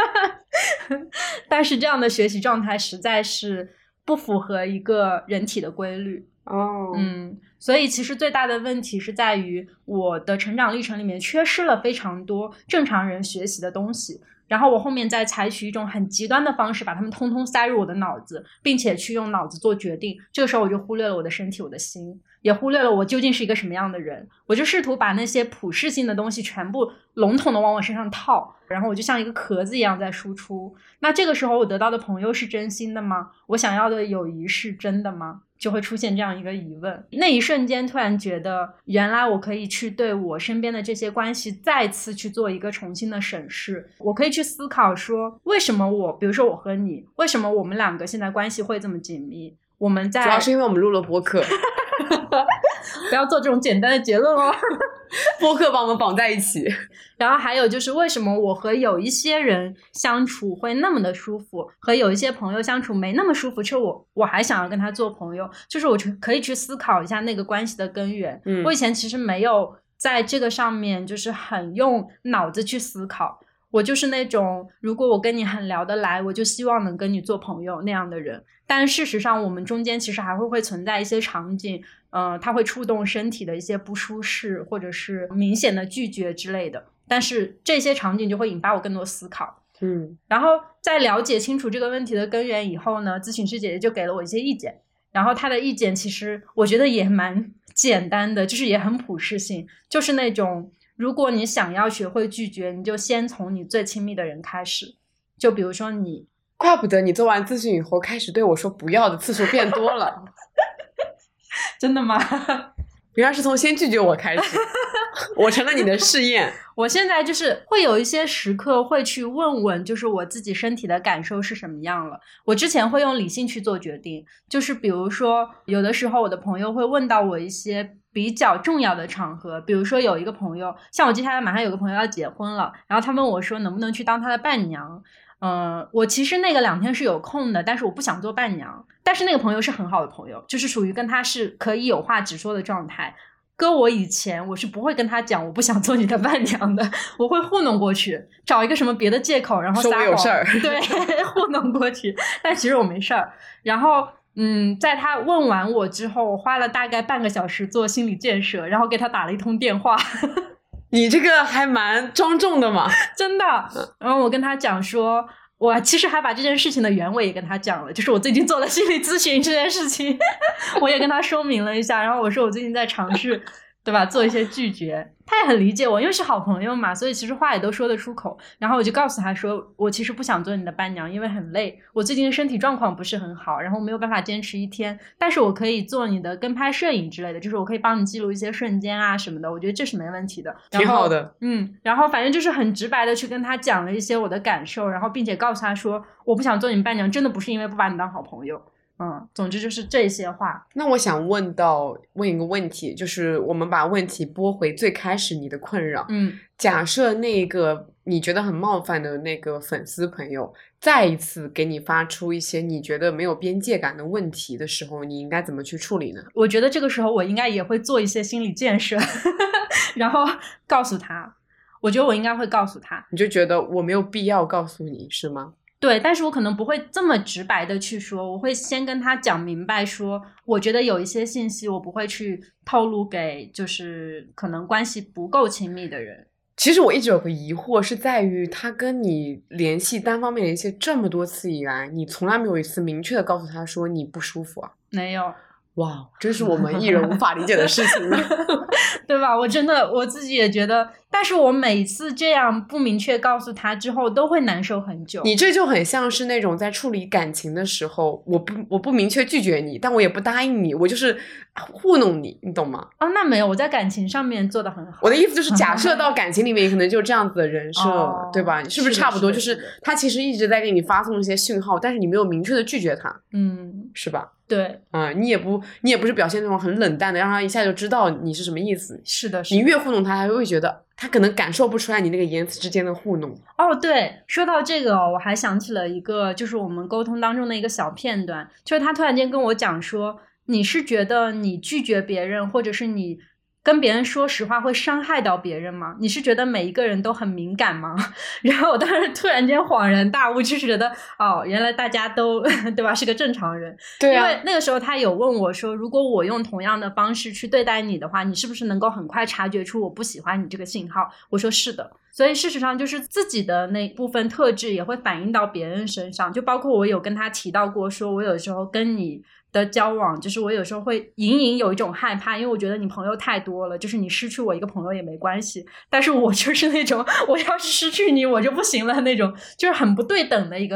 但是这样的学习状态实在是不符合一个人体的规律。所以其实最大的问题是在于我的成长历程里面缺失了非常多正常人学习的东西，然后我后面再采取一种很极端的方式把它们通通塞入我的脑子，并且去用脑子做决定。这个时候我就忽略了我的身体，我的心，也忽略了我究竟是一个什么样的人。我就试图把那些普适性的东西全部笼统的往我身上套，然后我就像一个壳子一样在输出。那这个时候我得到的朋友是真心的吗？我想要的友谊是真的吗？ 就会出现这样一个疑问。那一瞬间突然觉得原来我可以去对我身边的这些关系再次去做一个重新的审视，我可以去思考说为什么比如说我和你，为什么我们两个现在关系会这么紧密，我们在主要是因为我们录了播客不要做这种简单的结论哦播客把我们绑在一起。 然后还有就是为什么我和有一些人相处会那么的舒服，和有一些朋友相处没那么舒服，其实我还想要跟他做朋友，就是我可以去思考一下那个关系的根源。我以前其实没有在这个上面就是很用脑子去思考，我就是那种如果我跟你很聊得来，我就希望能跟你做朋友那样的人。但事实上我们中间其实还会存在一些场景，它会触动身体的一些不舒适，或者是明显的拒绝之类的，但是这些场景就会引发我更多思考。然后在了解清楚这个问题的根源以后呢，咨询师姐姐就给了我一些意见，然后她的意见其实我觉得也蛮简单的，就是也很普适性，就是那种如果你想要学会拒绝，你就先从你最亲密的人开始。就比如说你， 怪不得你做完咨询以后开始对我说不要的次数变多了真的吗？ 原来是从先拒绝我开始我成了你的试验。 我现在就是会有一些时刻会去问问就是我自己身体的感受是什么样了。我之前会用理性去做决定，就是比如说有的时候我的朋友会问到我一些比较重要的场合，比如说有一个朋友，像我接下来马上有个朋友要结婚了，然后他问我说能不能去当他的伴娘。我其实那个2天是有空的，但是我不想做伴娘。但是那个朋友是很好的朋友，就是属于跟他是可以有话直说的状态。搁我以前我是不会跟他讲我不想做你的伴娘的，我会糊弄过去，找一个什么别的借口，然后撒谎， 说我有事儿， 对，糊弄过去，但其实我没事儿。然后在他问完我之后，我花了大概半个小时做心理建设，然后给他打了一通电话你这个还蛮庄重的嘛。 真的。然后我跟他讲说，我其实还把这件事情的原委也跟他讲了，就是我最近做了心理咨询这件事情我也跟他说明了一下，然后我说我最近在尝试对吧，做一些拒绝。他也很理解我，因为是好朋友嘛，所以其实话也都说得出口。然后我就告诉他说，我其实不想做你的伴娘，因为很累，我最近身体状况不是很好，然后没有办法坚持1天，但是我可以做你的跟拍摄影之类的，就是我可以帮你记录一些瞬间啊什么的，我觉得这是没问题的。 挺好的。 然后反正就是很直白的去跟他讲了一些我的感受，然后并且告诉他说我不想做你伴娘真的不是因为不把你当好朋友。总之就是这些话。 那我想问一个问题，就是我们把问题拨回最开始你的困扰。假设那个你觉得很冒犯的那个粉丝朋友再一次给你发出一些你觉得没有边界感的问题的时候，你应该怎么去处理呢？ 我觉得这个时候我应该也会做一些心理建设然后告诉他，我觉得我应该会告诉他。 你就觉得我没有必要告诉你是吗？ 对，但是我可能不会这么直白的去说，我会先跟他讲明白说，我觉得有一些信息我不会去透露给就是可能关系不够亲密的人。 其实我一直有个疑惑是在于他跟你联系单方面联系这么多次以来，你从来没有一次明确的告诉他说你不舒服啊？ 没有。 哇，这是我们艺人无法理解的事情对吧？我真的我自己也觉得，但是我每次这样不明确告诉他之后都会难受很久。 你这就很像是那种在处理感情的时候，我不明确拒绝你，但我也不答应你，我就是糊弄你，你懂吗？ 那没有，我在感情上面做得很好。 我的意思就是假设到感情里面可能就这样子的人设对吧？是不是差不多？就是他其实一直在给你发送一些讯号，但是你没有明确的拒绝他。是吧？ 对。 你也不是表现那种很冷淡的，让他一下就知道你是什么意思。 是的。 你越糊弄他还会觉得他可能感受不出来你那个言辞之间的糊弄。 对，说到这个我还想起了一个就是我们沟通当中的一个小片段，就是他突然间跟我讲说，你是觉得你拒绝别人或者是你跟别人说实话会伤害到别人吗？你是觉得每一个人都很敏感吗？然后我当时突然间恍然大悟，就是觉得原来大家都对吧是个正常人。 对啊。 因为那个时候他有问我说，如果我用同样的方式去对待你的话，你是不是能够很快察觉出我不喜欢你这个信号？我说是的。所以事实上就是自己的那部分特质也会反映到别人身上，就包括我有跟他提到过说，我有时候跟你的交往，就是我有时候会隐隐有一种害怕，因为我觉得你朋友太多了，就是你失去我一个朋友也没关系，但是我就是那种我要是失去你我就不行了那种，就是很不对等的一个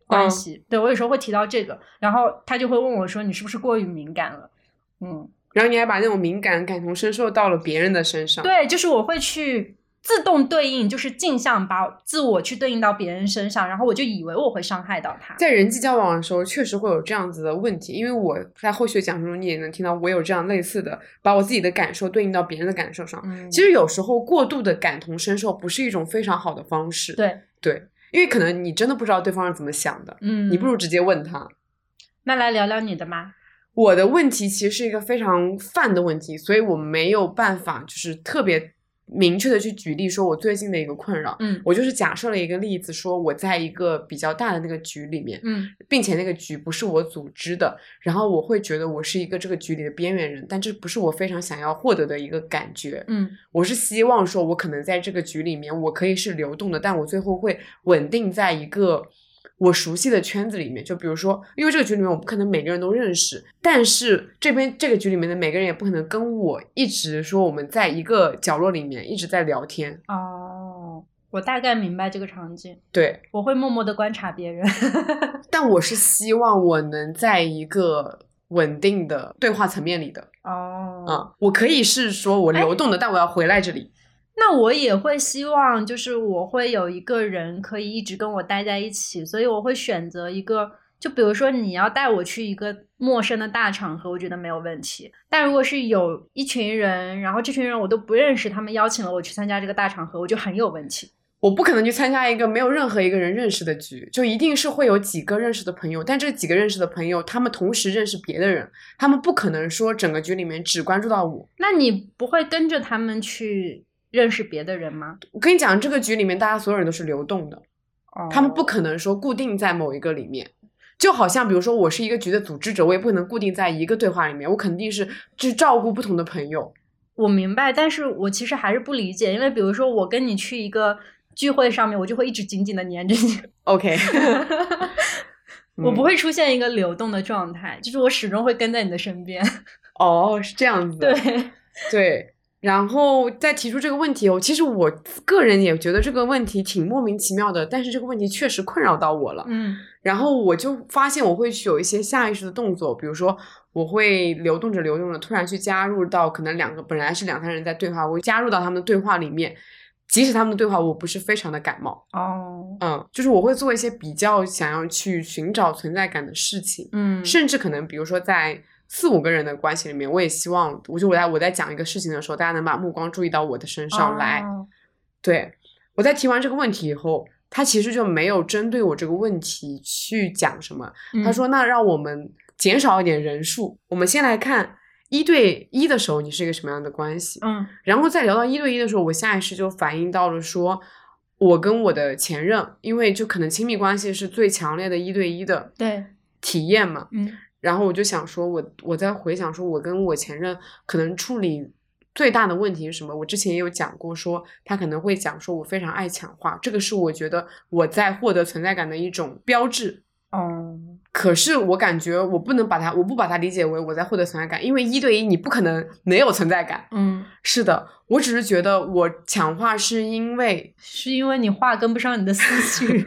关系。对，我有时候会提到这个，然后他就会问我说你是不是过于敏感了。 然后你还把那种敏感感同身受到了别人的身上。 对，就是我会去自动对应，就是镜像把自我去对应到别人身上，然后我就以为我会伤害到他。 在人际交往的时候确实会有这样子的问题，因为我在后续讲述中你也能听到我有这样类似的把我自己的感受对应到别人的感受上。其实有时候过度的感同身受不是一种非常好的方式。对，因为可能你真的不知道对方是怎么想的，你不如直接问他。 那来聊聊你的吗？ 我的问题其实是一个非常泛的问题，所以我没有办法就是特别明确的去举例说我最近的一个困扰。我就是假设了一个例子，说我在一个比较大的那个局里面，并且那个局不是我组织的，然后我会觉得我是一个这个局里的边缘人，但这不是我非常想要获得的一个感觉。我是希望说我可能在这个局里面我可以是流动的，但我最后会稳定在一个我熟悉的圈子里面。就比如说因为这个局里面我不可能每个人都认识，但是这个局里面的每个人也不可能跟我一直说我们在一个角落里面一直在聊天。 我大概明白这个场景。 对， 我会默默的观察别人但我是希望我能在一个稳定的对话层面里的。我可以是说我流动的，但我要回来这里。 那我也会希望就是我会有一个人可以一直跟我待在一起，所以我会选择一个，就比如说你要带我去一个陌生的大场合，我觉得没有问题。但如果是有一群人，然后这群人我都不认识，他们邀请了我去参加这个大场合，我就很有问题。 我不可能去参加一个没有任何一个人认识的局，就一定是会有几个认识的朋友，但这几个认识的朋友他们同时认识别的人，他们不可能说整个局里面只关注到我。 那你不会跟着他们去认识别的人吗？ 我跟你讲，这个局里面大家所有人都是流动的，他们不可能说固定在某一个里面。就好像比如说我是一个局的组织者，我也不可能固定在一个对话里面，我肯定是去照顾不同的朋友。 我明白，但是我其实还是不理解，因为比如说我跟你去一个聚会上面，我就会一直紧紧的黏着你。 OK 我不会出现一个流动的状态，就是我始终会跟在你的身边。 是这样子。 对。 然后再提出这个问题，其实我个人也觉得这个问题挺莫名其妙的，但是这个问题确实困扰到我了。然后我就发现我会去有一些下意识的动作，比如说我会流动着突然去加入到可能本来是2-3人在对话，我会加入到他们的对话里面，即使他们的对话我不是非常的感冒。就是我会做一些比较想要去寻找存在感的事情。甚至可能比如说在4-5个人的关系里面，我也希望我在讲一个事情的时候，大家能把目光注意到我的身上来。对，我在提完这个问题以后，他其实就没有针对我这个问题去讲什么。他说那让我们减少一点人数，我们先来看1对1的时候你是一个什么样的关系。然后再聊到1对1的时候，我下意识就反映到了说我跟我的前任，因为就可能亲密关系是最强烈的1对1的体验嘛。然后我就想说我在回想说我跟我前任可能处理最大的问题是什么。我之前也有讲过，说他可能会讲说我非常爱抢话，这个是我觉得我在获得存在感的一种标志。可是我感觉我不把它理解为我在获得存在感，因为1对1你不可能没有存在感。是的，我只是觉得我抢话是因为你话跟不上你的思绪。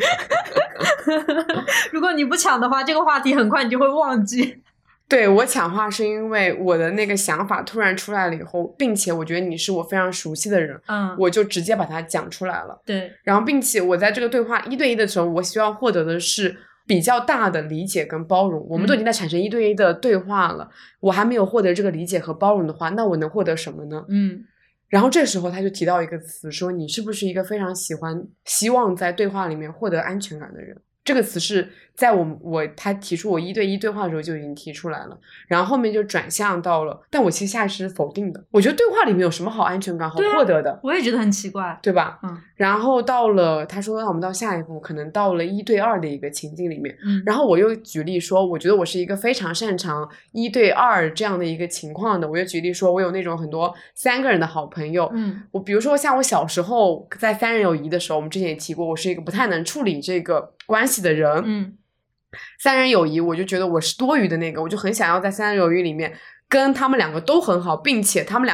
如果你不抢的话，这个话题很快你就会忘记。 对，我抢话是因为我的那个想法突然出来了以后，并且我觉得你是我非常熟悉的人，我就直接把它讲出来了。 对， 然后并且我在这个对话1对1的时候，我希望获得的是比较大的理解跟包容。我们都已经在产生1对1的对话了，我还没有获得这个理解和包容的话，那我能获得什么呢？然后这时候他就提到一个词，说你是不是一个非常希望在对话里面获得安全感的人。这个词是在他提出我1对1对话的时候就已经提出来了，然后后面就转向到了，但我其实下意识是否定的。我觉得对话里面有什么好安全感好获得的？ 我也觉得很奇怪， 对吧？然后到了他说我们到下一步可能到了1对2的一个情境里面，然后我又举例说我觉得我是一个非常擅长1对2这样的一个情况的。我又举例说我有那种很多3个人的好朋友。我比如说像我小时候在3人友谊的时候，我们之前也提过，我是一个不太能处理这个关系的人。3人友谊我就觉得我是多余的那个，我就很想要在3人友谊里面跟他们2个都很好，并且他们2个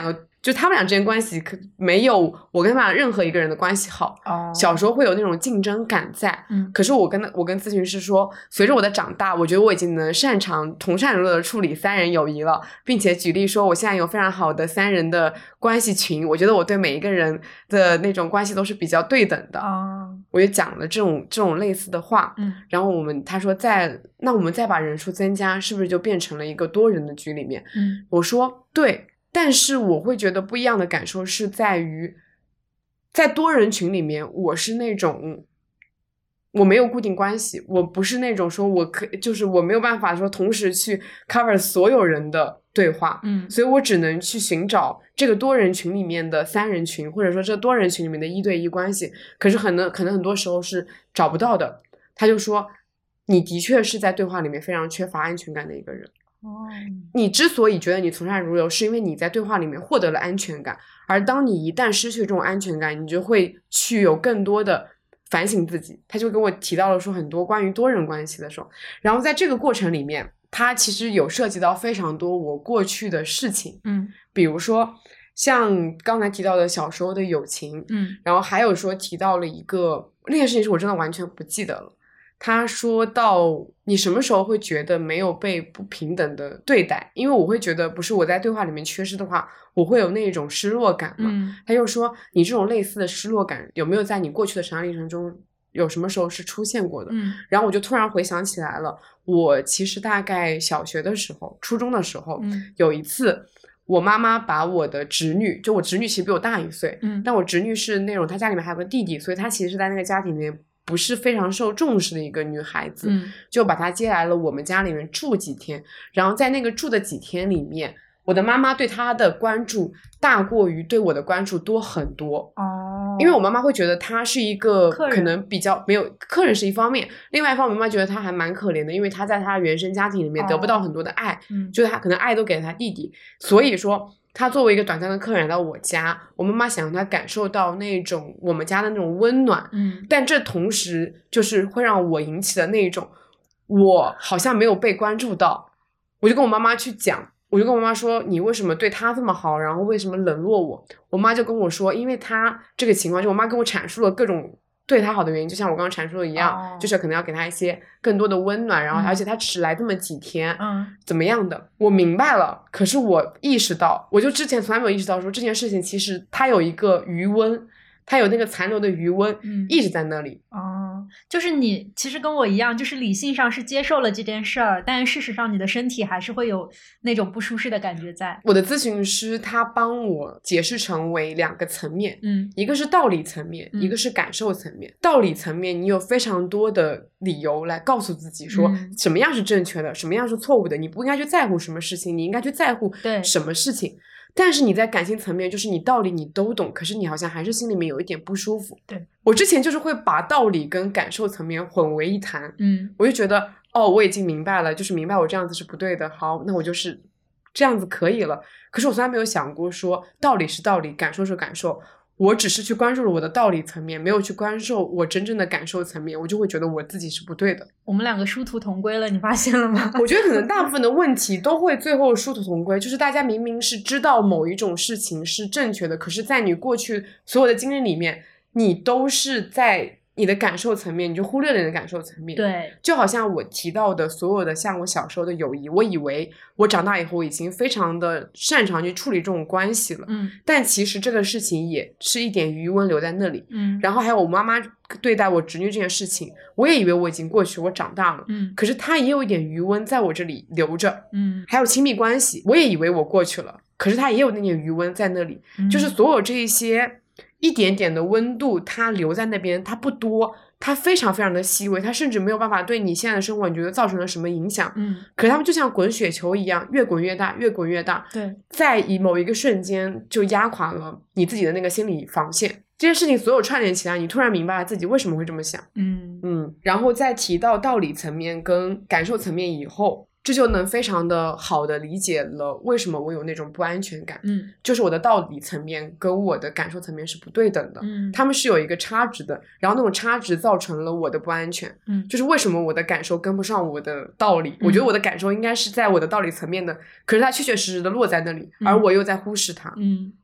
就他们俩之间关系没有我跟他们俩任何一个人的关系好。小时候会有那种竞争感在。可是我跟咨询师说，随着我的长大，我觉得我已经能擅长同善如流的处理3人友谊了，并且举例说我现在有非常好的3人的关系群，我觉得我对每一个人的那种关系都是比较对等的。我就讲了这种类似的话。然后他说那我们再把人数增加，是不是就变成了一个多人的局里面？我说对，但是我会觉得不一样的感受是在于，在多人群里面，我是那种我没有固定关系，我不是那种说就是我没有办法说同时去 cover 所有人的对话。所以我只能去寻找这个多人群里面的3人群，或者说这多人群里面的1对1关系，可是可能很多时候是找不到的。他就说你的确是在对话里面非常缺乏安全感的一个人。你之所以觉得你从善如流，是因为你在对话里面获得了安全感，而当你一旦失去这种安全感，你就会去有更多的反省自己。他就跟我提到了说很多关于多人关系的时候，然后在这个过程里面，他其实有涉及到非常多我过去的事情。比如说像刚才提到的小时候的友情。然后还有说提到了一个那件事情是我真的完全不记得了。他说到你什么时候会觉得没有被不平等的对待，因为我会觉得不是我在对话里面缺失的话，我会有那种失落感嘛。他又说你这种类似的失落感有没有在你过去的成长历程中有什么时候是出现过的？然后我就突然回想起来了，我其实大概小学的时候初中的时候，有一次我妈妈把我的侄女，就我侄女其实比我大1岁，但我侄女是那种她家里面还有个弟弟，所以她其实是在那个家庭里面不是非常受重视的一个女孩子。就把她接来了我们家里面住几天。然后在那个住的几天里面，我的妈妈对她的关注大过于对我的关注多很多。因为我妈妈会觉得她是一个可能比较没有客人是一方面，另外一方面妈妈觉得她还蛮可怜的，因为她在她原生家庭里面得不到很多的爱。就是她可能爱都给了她弟弟，所以说她作为一个短暂的客人来到我家，我妈妈想让她感受到那种我们家的那种温暖。但这同时就是会让我引起的那种我好像没有被关注到。我就跟我妈妈去讲，我就跟我妈说你为什么对她这么好，然后为什么冷落我。我妈就跟我说因为她这个情况，就我妈跟我阐述了各种对她好的原因，就像我刚刚阐述的一样。就是可能要给她一些更多的温暖，然后而且她只来这么几天。怎么样的我明白了，可是我意识到，我就之前从来没有意识到说这件事情其实它有一个余温，它有那个残留的余温一直在那里。 就是你其实跟我一样，就是理性上是接受了这件事儿，但事实上你的身体还是会有那种不舒适的感觉在。 我的咨询师他帮我解释成为2个层面。一个是道理层面，一个是感受层面。道理层面你有非常多的理由来告诉自己说什么样是正确的，什么样是错误的，你不应该去在乎什么事情，你应该去在乎什么事情。但是你在感性层面，就是你道理你都懂，可是你好像还是心里面有一点不舒服。我之前就是会把道理跟感受层面混为一谈。我就觉得我已经明白了，就是明白我这样子是不对的，好，那我就是这样子可以了。可是我从来没有想过说道理是道理，感受是感受。我只是去关注了我的道理层面，没有去关注我真正的感受层面，我就会觉得我自己是不对的。 我们2个殊途同归了，你发现了吗？ 我觉得可能大部分的问题都会最后殊途同归，就是大家明明是知道某一种事情是正确的，可是在你过去所有的经历里面，你都是在你的感受层面，你就忽略了你的感受层面。 对， 就好像我提到的所有的像我小时候的友谊，我以为我长大以后已经非常的擅长去处理这种关系了。但其实这个事情也是一点余温留在那里。然后还有我妈妈对待我侄女这件事情，我也以为我已经过去，我长大了。可是她也有一点余温在我这里留着。还有亲密关系，我也以为我过去了，可是她也有那点余温在那里。就是所有这一些一点点的温度它留在那边，它不多，它非常非常的细微，它甚至没有办法对你现在的生活你觉得造成了什么影响。可是他们就像滚雪球一样，越滚越大，越滚越大。 对， 在以某一个瞬间就压垮了你自己的那个心理防线。这件事情所有串联起来，你突然明白了自己为什么会这么想。然后再提到道理层面跟感受层面以后，这就能非常的好的理解了为什么我有那种不安全感。就是我的道理层面跟我的感受层面是不对等的。他们是有一个差值的，然后那种差值造成了我的不安全。就是为什么我的感受跟不上我的道理。我觉得我的感受应该是在我的道理层面的，可是它确确实实的落在那里，而我又在忽视它。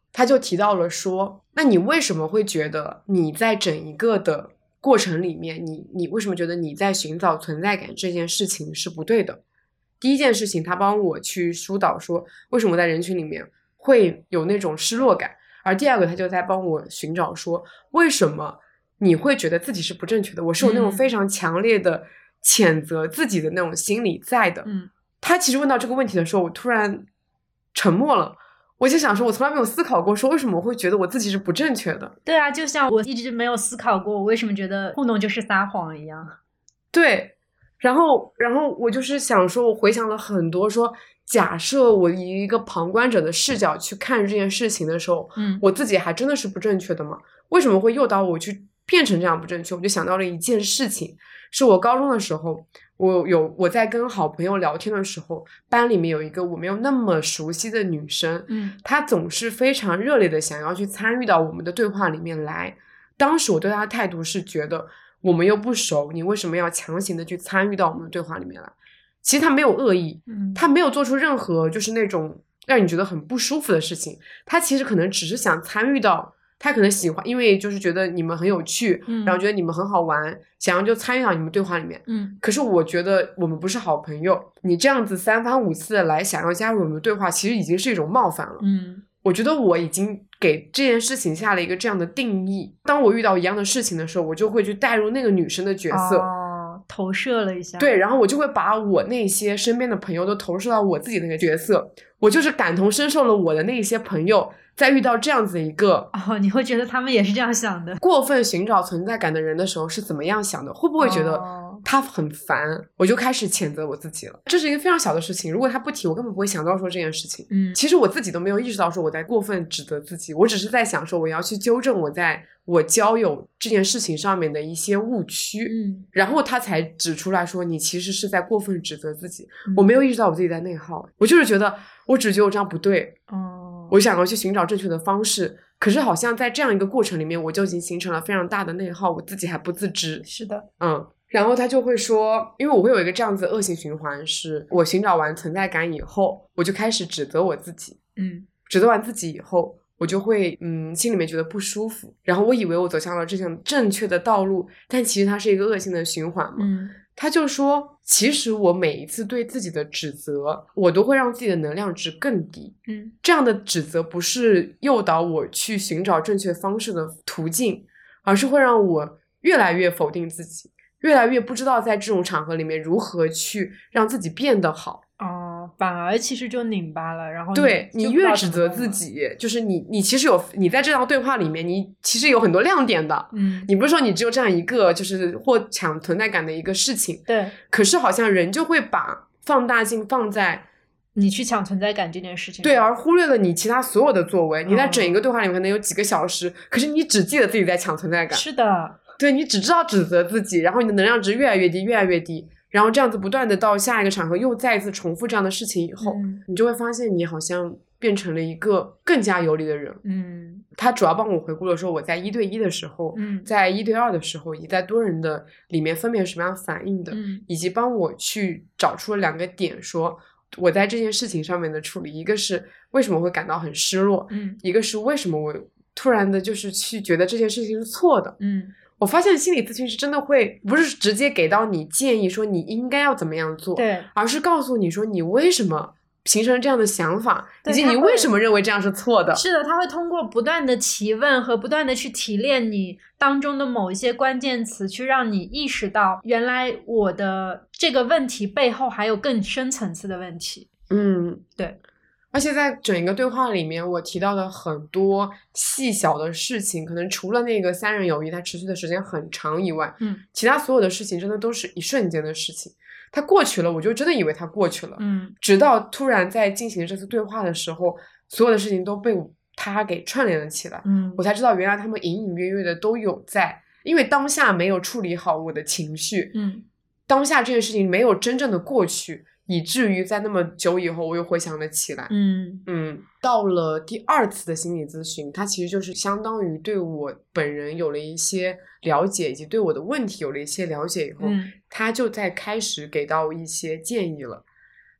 他就提到了说，那你为什么会觉得你在整一个的过程里面，你为什么觉得你在寻找存在感这件事情是不对的？第一件事情，他帮我去疏导说，为什么在人群里面会有那种失落感，而第二个他就在帮我寻找说，为什么你会觉得自己是不正确的，我是有那种非常强烈的谴责自己的那种心理在的。他其实问到这个问题的时候，我突然沉默了，我就想说我从来没有思考过说为什么我会觉得我自己是不正确的。 对啊，就像我一直没有思考过我为什么觉得糊弄就是撒谎一样。 对，然后我就是想说，我回想了很多说，假设我以一个旁观者的视角去看这件事情的时候，我自己还真的是不正确的吗？为什么会诱导我去变成这样不正确？我就想到了一件事情，是我高中的时候，我在跟好朋友聊天的时候，班里面有一个我没有那么熟悉的女生，她总是非常热烈的想要去参与到我们的对话里面来。当时我对她的态度是觉得，我们又不熟，你为什么要强行的去参与到我们的对话里面来？其实他没有恶意，他没有做出任何就是那种让你觉得很不舒服的事情，他其实可能只是想参与到，他可能喜欢，因为就是觉得你们很有趣，然后觉得你们很好玩，想要就参与到你们对话里面。可是我觉得我们不是好朋友，你这样子三番五次的来想要加入我们的对话，其实已经是一种冒犯了。我觉得我已经给这件事情下了一个这样的定义，当我遇到一样的事情的时候，我就会去带入那个女生的角色， 投射了一下。 对，然后我就会把我那些身边的朋友都投射到我自己那个角色，我就是感同身受了我的那些朋友在遇到这样子一个你会觉得他们也是这样想的， 过分寻找存在感的人的时候是怎么样想的，会不会觉得他很烦，我就开始谴责我自己了。这是一个非常小的事情，如果他不提，我根本不会想到说这件事情。其实我自己都没有意识到说我在过分指责自己，我只是在想说我要去纠正我在我交友这件事情上面的一些误区，然后他才指出来说你其实是在过分指责自己。我没有意识到我自己在内耗，我就是觉得我只觉得我这样不对，我想要去寻找正确的方式，可是好像在这样一个过程里面我就已经形成了非常大的内耗，我自己还不自知。 是的。 然后他就会说，因为我会有一个这样子的恶性循环，是我寻找完存在感以后，我就开始指责我自己，指责完自己以后，我就会心里面觉得不舒服，然后我以为我走向了这条正确的道路，但其实它是一个恶性的循环嘛。他就说，其实我每一次对自己的指责，我都会让自己的能量值更低。这样的指责不是诱导我去寻找正确方式的途径，而是会让我越来越否定自己，越来越不知道在这种场合里面如何去让自己变得好。 反而其实就拧巴了，然后对，你越指责自己，就是你其实你在这道对话里面，你其实有很多亮点的。你不是说你只有这样一个就是或抢存在感的一个事情， 对， 可是好像人就会把放大镜放在你去抢存在感这件事情， 对，而忽略了你其他所有的作为。你在整一个对话里面可能有几个小时，可是你只记得自己在抢存在感。 是的， 对，你只知道指责自己，然后你的能量值越来越低，越来越低，然后这样子不断的到下一个场合又再一次重复这样的事情以后，你就会发现你好像变成了一个更加游离的人。他主要帮我回顾了说我在1对1的时候，在1对2的时候，以及在多人的里面分别是什么样反应的，以及帮我去找出了2个点，说我在这件事情上面的处理，一个是为什么会感到很失落，一个是为什么我突然的就是去觉得这件事情是错的。我发现心理咨询师真的会不是直接给到你建议说你应该要怎么样做， 对， 而是告诉你说你为什么形成这样的想法，以及你为什么认为这样是错的。 是的，他会通过不断的提问和不断的去提炼你当中的某一些关键词，去让你意识到原来我的这个问题背后还有更深层次的问题。对。 而且在整一个对话里面，我提到的很多细小的事情，可能除了那个3人友谊它持续的时间很长以外，其他所有的事情真的都是一瞬间的事情。它过去了，我就真的以为它过去了。直到突然在进行这次对话的时候，所有的事情都被它给串联了起来。我才知道原来他们隐隐约约的都有在，因为当下没有处理好我的情绪，当下这件事情没有真正的过去，以至于在那么久以后我又回想了起来。到了第2次的心理咨询，它其实就是相当于对我本人有了一些了解，以及对我的问题有了一些了解以后，他就在开始给到一些建议了。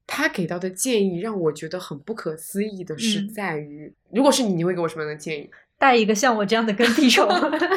他给到的建议让我觉得很不可思议的是在于，如果是你会给我什么样的建议？ 带一个像我这样的跟屁虫。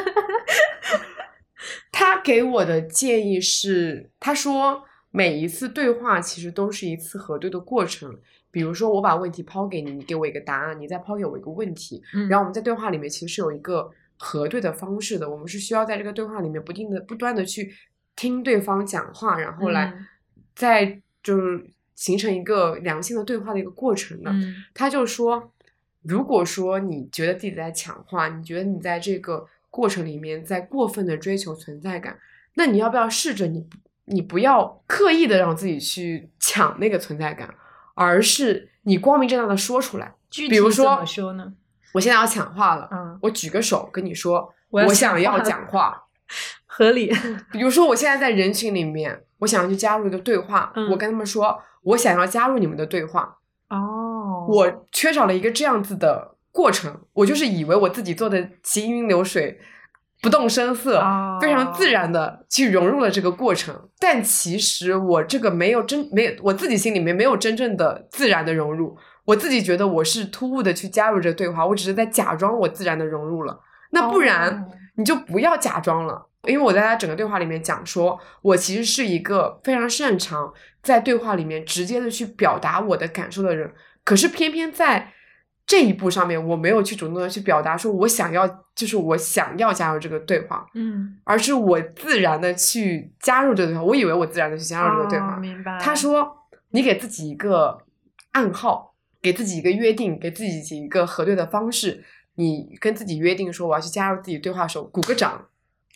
他给我的建议是，他说每一次对话其实都是一次核对的过程。比如说我把问题抛给你，你给我一个答案，你再抛给我一个问题，然后我们在对话里面其实是有一个核对的方式的。我们是需要在这个对话里面不断的去听对方讲话，然后来再就是形成一个良性的对话的一个过程的。他就说，如果说你觉得自己在抢话，你觉得你在这个过程里面在过分的追求存在感，那你要不要试着你不要刻意的让自己去抢那个存在感，而是你光明正大的说出来。比如说怎么说呢？ 我现在要讲话了，我举个手跟你说我想要讲话， 合理。 比如说我现在在人群里面，我想要去加入一个对话，我跟他们说我想要加入你们的对话。我缺少了一个这样子的过程，我就是以为我自己做的行云流水，不动声色，非常自然的去融入了这个过程，但其实我这个没有我自己心里面没有真正的自然的融入，我自己觉得我是突兀的去加入这对话，我只是在假装我自然的融入了。那不然你就不要假装了。因为我在他整个对话里面讲说，我其实是一个非常擅长在对话里面直接的去表达我的感受的人，可是偏偏在这一步上面我没有去主动的去表达说我想要加入这个对话，而是我自然的去加入这个对话。我以为我自然的去加入这个对话， 明白。 他说你给自己一个暗号，给自己一个约定，给自己一个核对的方式，你跟自己约定说我要去加入自己对话的时候鼓个掌。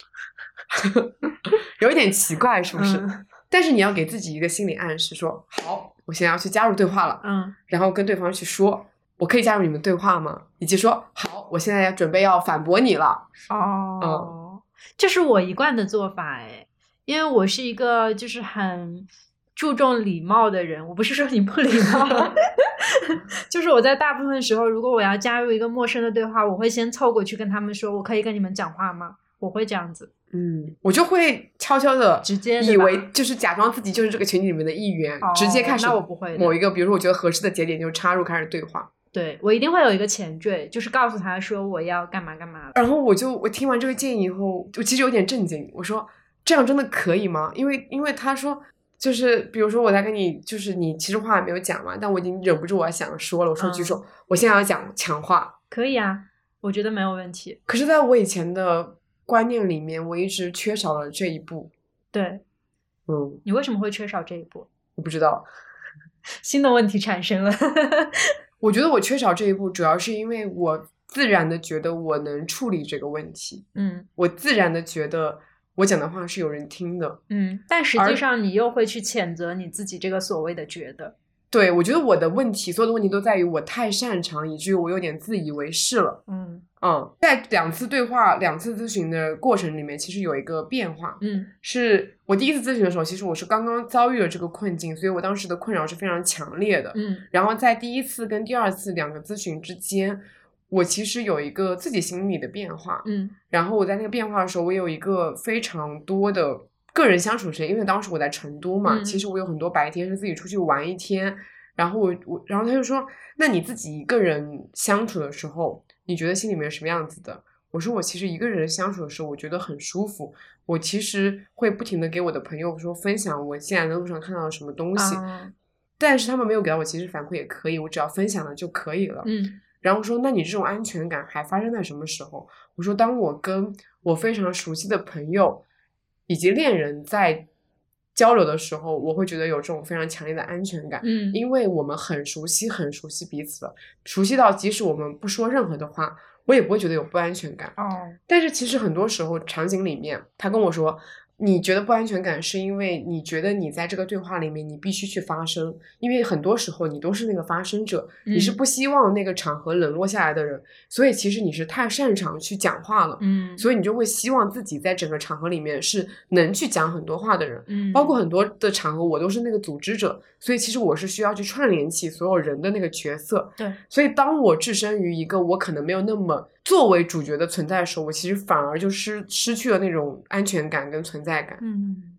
有一点奇怪是不是？但是你要给自己一个心理暗示说，好，我现在要去加入对话了，然后跟对方去说我可以加入你们对话吗？以及说好，我现在准备要反驳你了。 这是我一贯的做法因为我是一个就是很注重礼貌的人。我不是说你不礼貌就是我在大部分时候，如果我要加入一个陌生的对话，我会先凑过去跟他们说我可以跟你们讲话吗？我会这样子。我就会悄悄的直接以为就是假装自己就是这个群体里面的一员，直接开始那我不会某一个比如说我觉得合适的节点就插入开始对话。 对，我一定会有一个前缀，就是告诉他说我要干嘛干嘛。 然后我听完这个建议以后，我其实有点震惊，我说这样真的可以吗？因为他说就是比如说我在跟你就是你其实话还没有讲嘛，但我已经忍不住我想说了，我说举手，我现在要讲强话。 可以啊，我觉得没有问题。 可是在我以前的观念里面，我一直缺少了这一步。 对，你为什么会缺少这一步？ 我不知道， 新的问题产生了。 我觉得我缺少这一步，主要是因为我自然的觉得我能处理这个问题。我自然的觉得我讲的话是有人听的。 但实际上你又会去谴责你自己这个所谓的觉得。 对，我觉得我的问题，所有的问题都在于我太擅长，以至于我有点自以为是了。在2次对话、2次咨询的过程里面，其实有一个变化。是我第一次咨询的时候，其实我是刚刚遭遇了这个困境，所以我当时的困扰是非常强烈的。然后在第1次跟第2次2个咨询之间，我其实有一个自己心理的变化。然后我在那个变化的时候，我有一个非常多的个人相处时间，因为当时我在成都嘛，其实我有很多白天是自己出去玩一天，然后然后他就说，那你自己一个人相处的时候，你觉得心里面什么样子的？我说我其实一个人相处的时候，我觉得很舒服。我其实会不停的给我的朋友说分享我现在在路上看到了什么东西，但是他们没有给到我及时反馈也可以，我只要分享了就可以了。然后说那你这种安全感还发生在什么时候？我说当我跟我非常熟悉的朋友以及恋人在交流的时候，我会觉得有这种非常强烈的安全感。因为我们很熟悉彼此了，熟悉到即使我们不说任何的话，我也不会觉得有不安全感。但是其实很多时候场景里面他跟我说你觉得不安全感是因为你觉得你在这个对话里面你必须去发声，因为很多时候你都是那个发声者，你是不希望那个场合冷落下来的人，所以其实你是太擅长去讲话了。所以你就会希望自己在整个场合里面是能去讲很多话的人。包括很多的场合我都是那个组织者，所以其实我是需要去串联起所有人的那个角色。 对， 所以当我置身于一个我可能没有那么作为主角的存在的时候，我其实反而就失去了那种安全感跟存在感。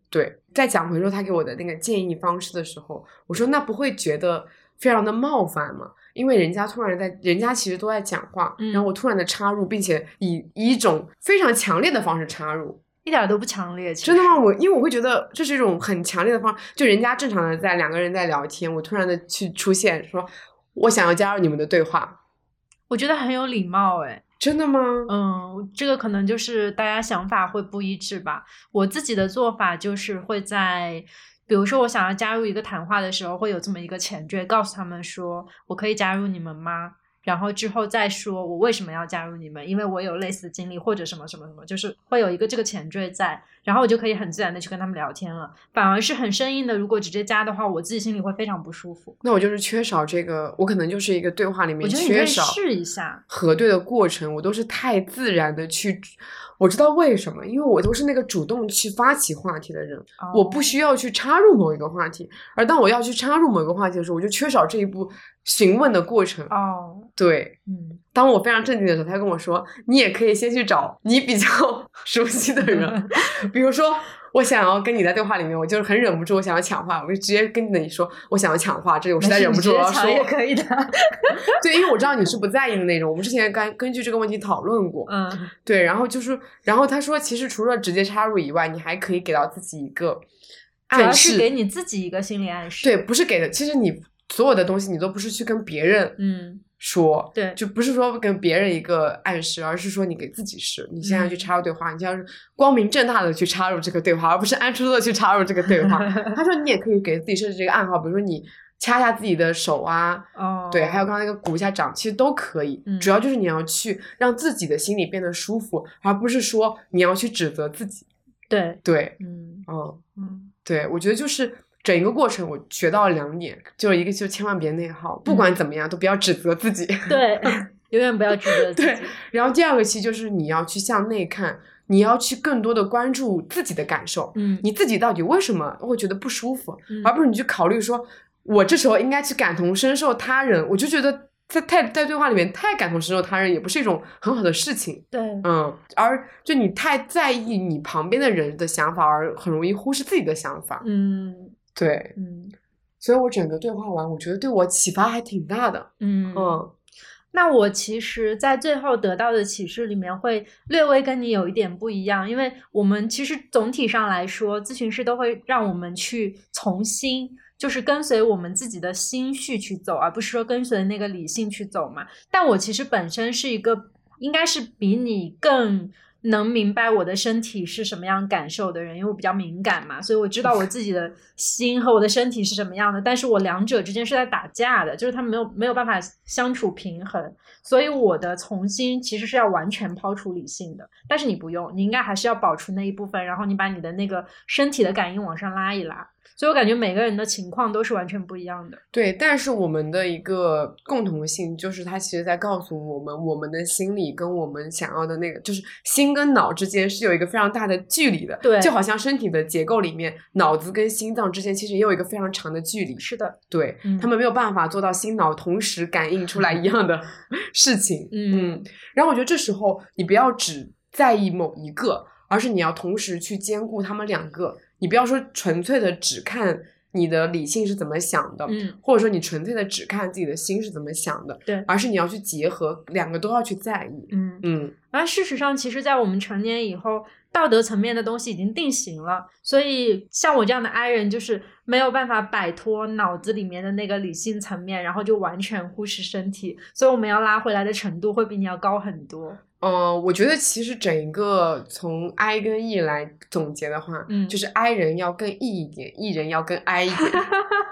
对，在讲回说他给我的那个建议方式的时候，我说那不会觉得非常的冒犯吗？因为人家其实都在讲话，然后我突然的插入，并且以一种非常强烈的方式插入， 一点都不强烈。 真的吗？因为我会觉得这是一种很强烈的方式，就人家正常的在两个人在聊天，我突然的去出现说我想要加入你们的对话， 我觉得很有礼貌诶。 真的吗？ 这个可能就是大家想法会不一致吧。我自己的做法就是会在比如说我想要加入一个谈话的时候，会有这么一个前缀，告诉他们说我可以加入你们吗？然后之后再说我为什么要加入你们，因为我有类似的经历或者什么什么什么，就是会有一个这个前缀在，然后我就可以很自然的去跟他们聊天了。反而是很生硬的，如果直接加的话，我自己心里会非常不舒服。 那我就是缺少这个，我可能就是一个对话里面缺少试一下核对的过程，我都是太自然的去，我知道为什么，因为我都是那个主动去发起话题的人，我不需要去插入某一个话题，而当我要去插入某一个话题的时候，我就缺少这一步询问的过程。对，当我非常镇定的时候，他跟我说你也可以先去找你比较熟悉的人比如说我想要跟你在对话里面，我就是很忍不住我想要抢话，我就直接跟你说我想要抢话，这里我实在忍不住我要说也可以的对，因为我知道你是不在意的那种，我们之前根据这个问题讨论过。对，然后他说其实除了直接插入以外，你还可以给到自己一个暗示， 主要是给你自己一个心理暗示。 对，不是给的，其实你所有的东西你都不是去跟别人说， 对， 就不是说跟别人一个暗示，而是说你给自己试，你现在去插入对话，你就要是光明正大的去插入这个对话，而不是暗戳戳的去插入这个对话他说你也可以给自己设置这个暗号，比如说你掐一下自己的手啊，对，还有刚刚那个鼓一下掌，其实都可以，主要就是你要去让自己的心里变得舒服，而不是说你要去指责自己。 对， 对，我觉得就是整一个过程我学到了2点，就一个就千万别内耗，不管怎么样都不要指责自己对，永远不要指责自己。 对，然后第二个其实就是你要去向内看，你要去更多的关注自己的感受，你自己到底为什么会觉得不舒服，而不是你去考虑说我这时候应该去感同身受他人，我就觉得在对话里面太感同身受他人也不是一种很好的事情。 对， 而就你太在意你旁边的人的想法，而很容易忽视自己的想法。对，所以我整个对话完，我觉得对我启发还挺大的。 那我其实在最后得到的启示里面会略微跟你有一点不一样，因为我们其实总体上来说，咨询师都会让我们去从心，就是跟随我们自己的心绪去走，而不是说跟随那个理性去走嘛。但我其实本身是一个应该是比你更能明白我的身体是什么样感受的人，因为我比较敏感嘛，所以我知道我自己的心和我的身体是什么样的，但是我两者之间是在打架的，就是他们没有办法相处平衡，所以我的从心其实是要完全抛除理性的，但是你不用，你应该还是要保持那一部分，然后你把你的那个身体的感应往上拉一拉，所以我感觉每个人的情况都是完全不一样的。 对，但是我们的一个共同性就是它其实在告诉我们，我们的心理跟我们想要的那个，就是心跟脑之间是有一个非常大的距离的。 对， 就好像身体的结构里面，脑子跟心脏之间其实也有一个非常长的距离。 是的， 对，他们没有办法做到心脑同时感应出来一样的事情。然后我觉得这时候你不要只在意某一个，而是你要同时去兼顾他们2个。你不要说纯粹的只看你的理性是怎么想的，或者说你纯粹的只看自己的心是怎么想的， 对， 而是你要去结合2个都要去在意。 而事实上其实在我们成年以后，道德层面的东西已经定型了，所以像我这样的 I 人就是没有办法摆脱脑子里面的那个理性层面，然后就完全忽视身体，所以我们要拉回来的程度会比你要高很多。 我觉得其实整一个从 I 跟 E 来总结的话，就是 I 人要更 E 一点，E 人要更 I 一点。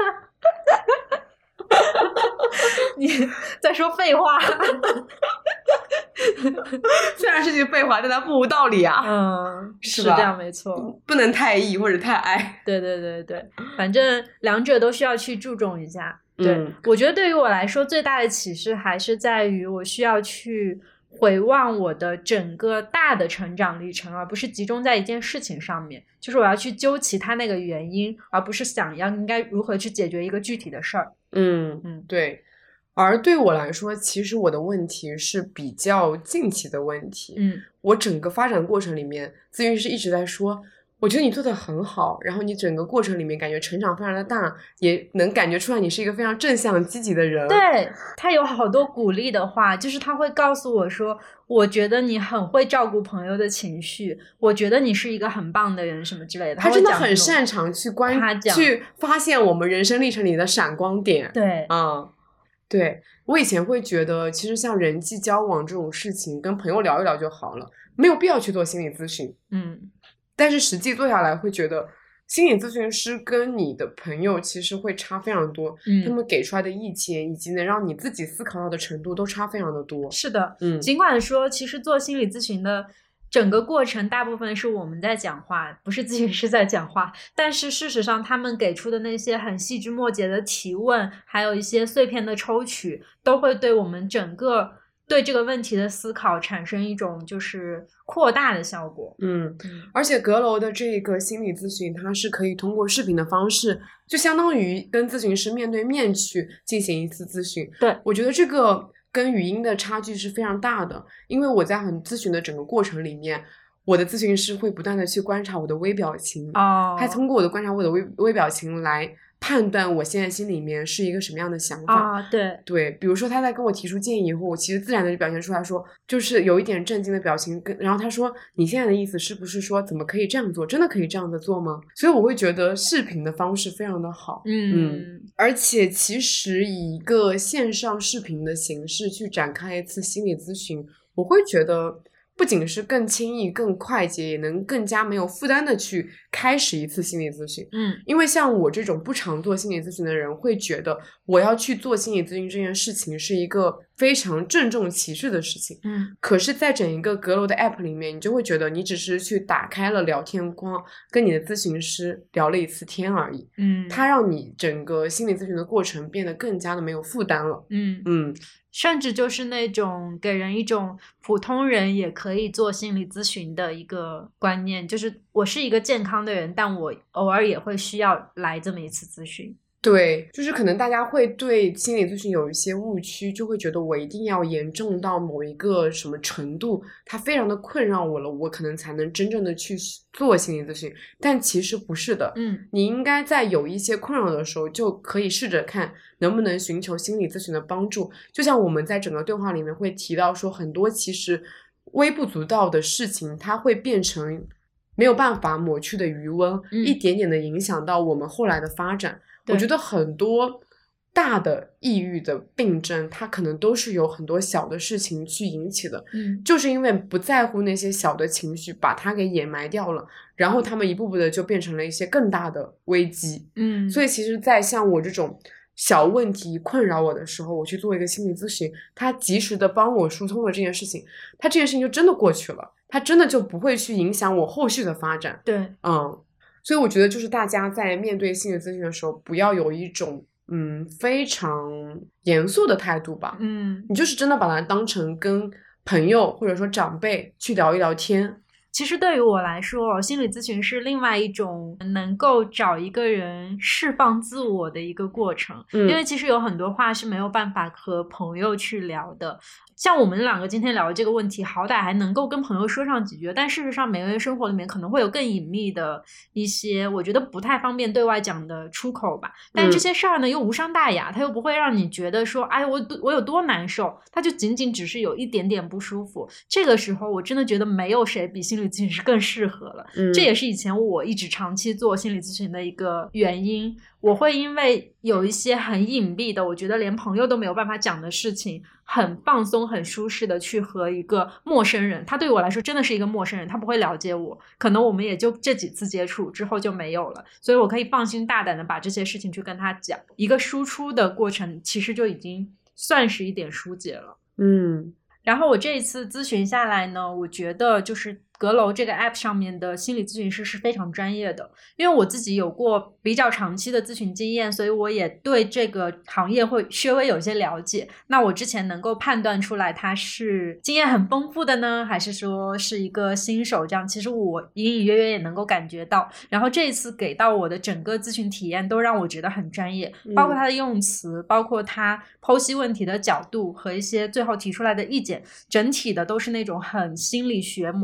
你在说废话。 虽然是句废话，但它不无道理啊。 是这样没错， 不能太 E 或者太 I。 对，反正2者都需要去注重一下。对，我觉得对于我来说最大的启示还是在于我需要去回望我的整个大的成长历程，而不是集中在一件事情上面，就是我要去究其他那个原因，而不是想要应该如何去解决一个具体的事儿。 对。而对我来说，其实我的问题是比较近期的问题。我整个发展过程里面，咨询师一直在说我觉得你做的很好，然后你整个过程里面感觉成长非常的大，也能感觉出来你是一个非常正向积极的人。 对，他有好多鼓励的话，就是他会告诉我说，我觉得你很会照顾朋友的情绪，我觉得你是一个很棒的人，什么之类的。 他真的很擅长去去发现我们人生历程里的闪光点。 对， 对，我以前会觉得其实像人际交往这种事情跟朋友聊一聊就好了，没有必要去做心理咨询。但是实际做下来会觉得心理咨询师跟你的朋友其实会差非常多，他们给出来的意见以及能让你自己思考到的程度都差非常的多。 是的，尽管说其实做心理咨询的整个过程大部分是我们在讲话，不是咨询师在讲话，但是事实上他们给出的那些很细枝末节的提问，还有一些碎片的抽取，都会对我们整个对这个问题的思考产生一种就是扩大的效果。 而且阁楼的这个心理咨询它是可以通过视频的方式，就相当于跟咨询师面对面去进行一次咨询。 对， 我觉得这个跟语音的差距是非常大的，因为我在咨询的整个过程里面，我的咨询师会不断的去观察我的微表情，还通过我的观察我的微表情来判断我现在心里面是一个什么样的想法。对，比如说他在跟我提出建议以后，我其实自然的就表现出来说，就是有一点震惊的表情，然后他说你现在的意思是不是说怎么可以这样做，真的可以这样的做吗？所以我会觉得视频的方式非常的好。而且其实以一个线上视频的形式去展开一次心理咨询，我会觉得不仅是更轻易更快捷，也能更加没有负担的去开始一次心理咨询。因为像我这种不常做心理咨询的人会觉得我要去做心理咨询这件事情是一个非常郑重其事的事情。可是在整一个阁楼的 app 里面，你就会觉得你只是去打开了聊天框，跟你的咨询师聊了一次天而已。它让你整个心理咨询的过程变得更加的没有负担了。 甚至就是那种给人一种普通人也可以做心理咨询的一个观念，就是我是一个健康的人，但我偶尔也会需要来这么一次咨询。 对，就是可能大家会对心理咨询有一些误区，就会觉得我一定要严重到某一个什么程度，它非常的困扰我了，我可能才能真正的去做心理咨询。但其实不是的。你应该在有一些困扰的时候就可以试着看能不能寻求心理咨询的帮助。就像我们在整个对话里面会提到说，很多其实微不足道的事情它会变成没有办法抹去的余温，一点点的影响到我们后来的发展。我觉得很多大的抑郁的病症它可能都是有很多小的事情去引起的。就是因为不在乎那些小的情绪，把它给掩埋掉了，然后他们一步步的就变成了一些更大的危机。所以其实在像我这种小问题困扰我的时候，我去做一个心理咨询，它及时的帮我疏通了这件事情，它这件事情就真的过去了，它真的就不会去影响我后续的发展。 对， 所以我觉得就是大家在面对心理咨询的时候，不要有一种非常严肃的态度吧。你就是真的把它当成跟朋友或者说长辈去聊一聊天。 其实对于我来说，心理咨询是另外一种能够找一个人释放自我的一个过程。因为其实有很多话是没有办法和朋友去聊的。像我们两个今天聊的这个问题，好歹还能够跟朋友说上几句，但事实上每个人生活里面可能会有更隐秘的一些我觉得不太方便对外讲的出口吧。但这些事儿呢又无伤大雅，它又不会让你觉得说哎我有多难受，它就仅仅只是有一点点不舒服。这个时候我真的觉得没有谁比心理咨询师更适合了。这也是以前我一直长期做心理咨询的一个原因。我会因为有一些很隐蔽的，我觉得连朋友都没有办法讲的事情，很放松很舒适的去和一个陌生人，他对我来说真的是一个陌生人，他不会了解我，可能我们也就这几次接触之后就没有了，所以我可以放心大胆的把这些事情去跟他讲，一个输出的过程其实就已经算是一点疏解了。然后我这一次咨询下来呢，我觉得就是阁楼这个 app 上面的心理咨询师是非常专业的。因为我自己有过比较长期的咨询经验，所以我也对这个行业会稍微有些了解。那我之前能够判断出来他是经验很丰富的呢，还是说是一个新手，这样其实我隐隐约约也能够感觉到。然后这一次给到我的整个咨询体验都让我觉得很专业，包括他的用词，包括他剖析问题的角度和一些最后提出来的意见，整体的都是那种很心理学模式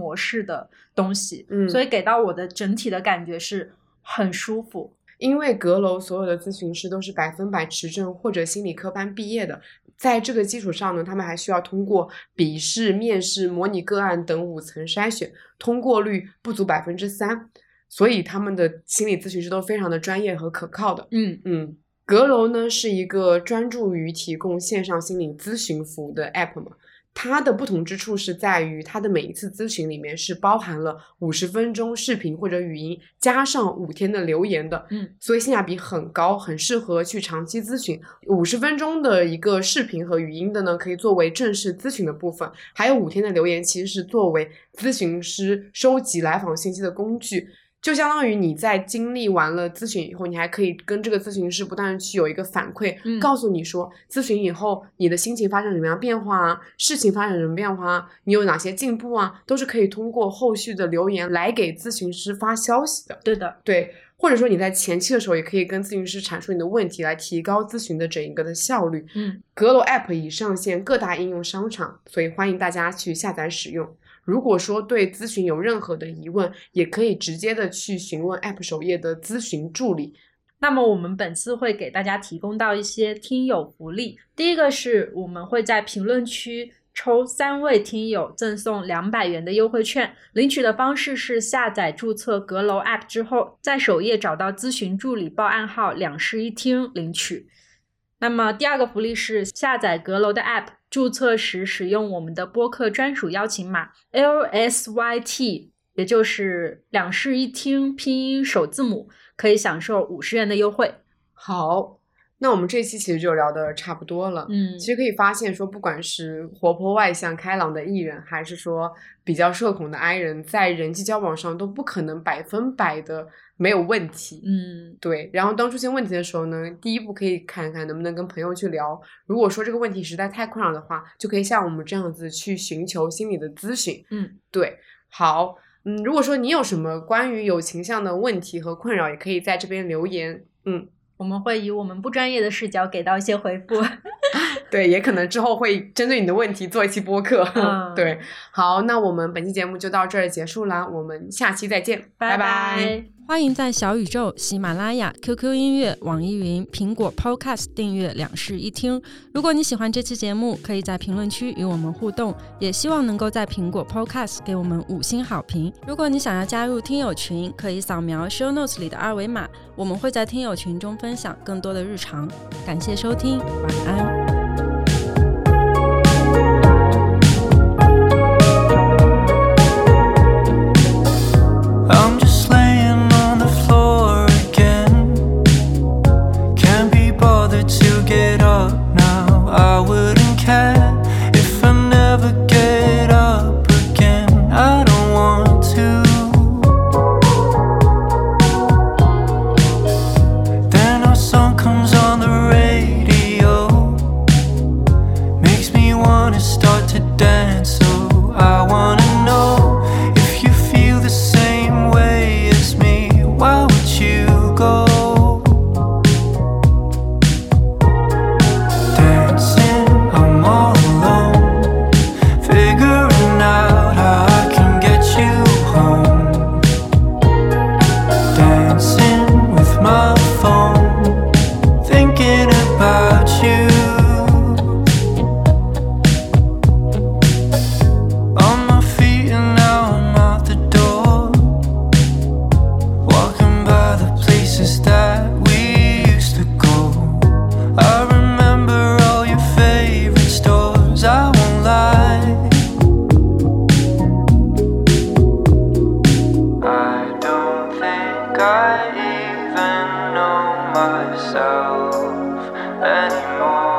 式的东西，所以给到我的整体的感觉是很舒服。 因为阁楼所有的咨询师都是100%持证或者心理科班毕业的，在这个基础上呢，他们还需要通过笔试、面试、模拟个案等5层筛选，通过率不足3%，所以他们的心理咨询师都非常的专业和可靠的。阁楼呢是一个专注于提供线上心理咨询服务的 app 嘛，它的不同之处是在于它的每一次咨询里面是包含了50分钟视频或者语音加上5天的留言的，所以性价比很高，很适合去长期咨询。50分钟的一个视频和语音的呢，可以作为正式咨询的部分，还有5天的留言其实是作为咨询师收集来访信息的工具。就相当于你在经历完了咨询以后，你还可以跟这个咨询师不断的去有一个反馈，告诉你说咨询以后你的心情发生什么样变化啊，事情发生什么变化啊，你有哪些进步啊，都是可以通过后续的留言来给咨询师发消息的。 对的， 对，或者说你在前期的时候也可以跟咨询师阐述你的问题，来提高咨询的整一个的效率。阁楼 App 已上线各大应用商场，所以欢迎大家去下载使用。如果说对咨询有任何的疑问，也可以直接的去询问 App 首页的咨询助理。 那么我们本次会给大家提供到一些听友福利，第一个是我们会在评论区抽3位听友赠送200元的优惠券，领取的方式是下载注册阁楼 App 之后，在首页找到咨询助理报暗号2室1厅领取。那么第二个福利是下载阁楼的 App， 注册时使用我们的播客专属邀请码 LSYT， 也就是2室1厅拼音首字母，可以享受50元的优惠。 好，那我们这期其实就聊得差不多了。其实可以发现说，不管是活泼外向开朗的 E 人，还是说比较社恐的 I 人，在人际交往上都不可能100%的没有问题。对。然后当出现问题的时候呢，第一步可以看看能不能跟朋友去聊，如果说这个问题实在太困扰的话，就可以像我们这样子去寻求心理的咨询。对。好，如果说你有什么关于友情上的问题和困扰，也可以在这边留言。 我们会以我们不专业的视角给到一些回复。 对，也可能之后会针对你的问题做一期播客。对，好，那我们本期节目就到这儿结束啦，我们下期再见，拜拜。 欢迎在小宇宙、喜马拉雅、QQ 音乐、网易云、苹果 Podcast 订阅2室1厅。如果你喜欢这期节目，可以在评论区与我们互动，也希望能够在苹果 Podcast 给我们5星好评。如果你想要加入听友群，可以扫描 Show Notes 里的2维码，我们会在听友群中分享更多的日常。感谢收听，晚安。I even know myself anymore.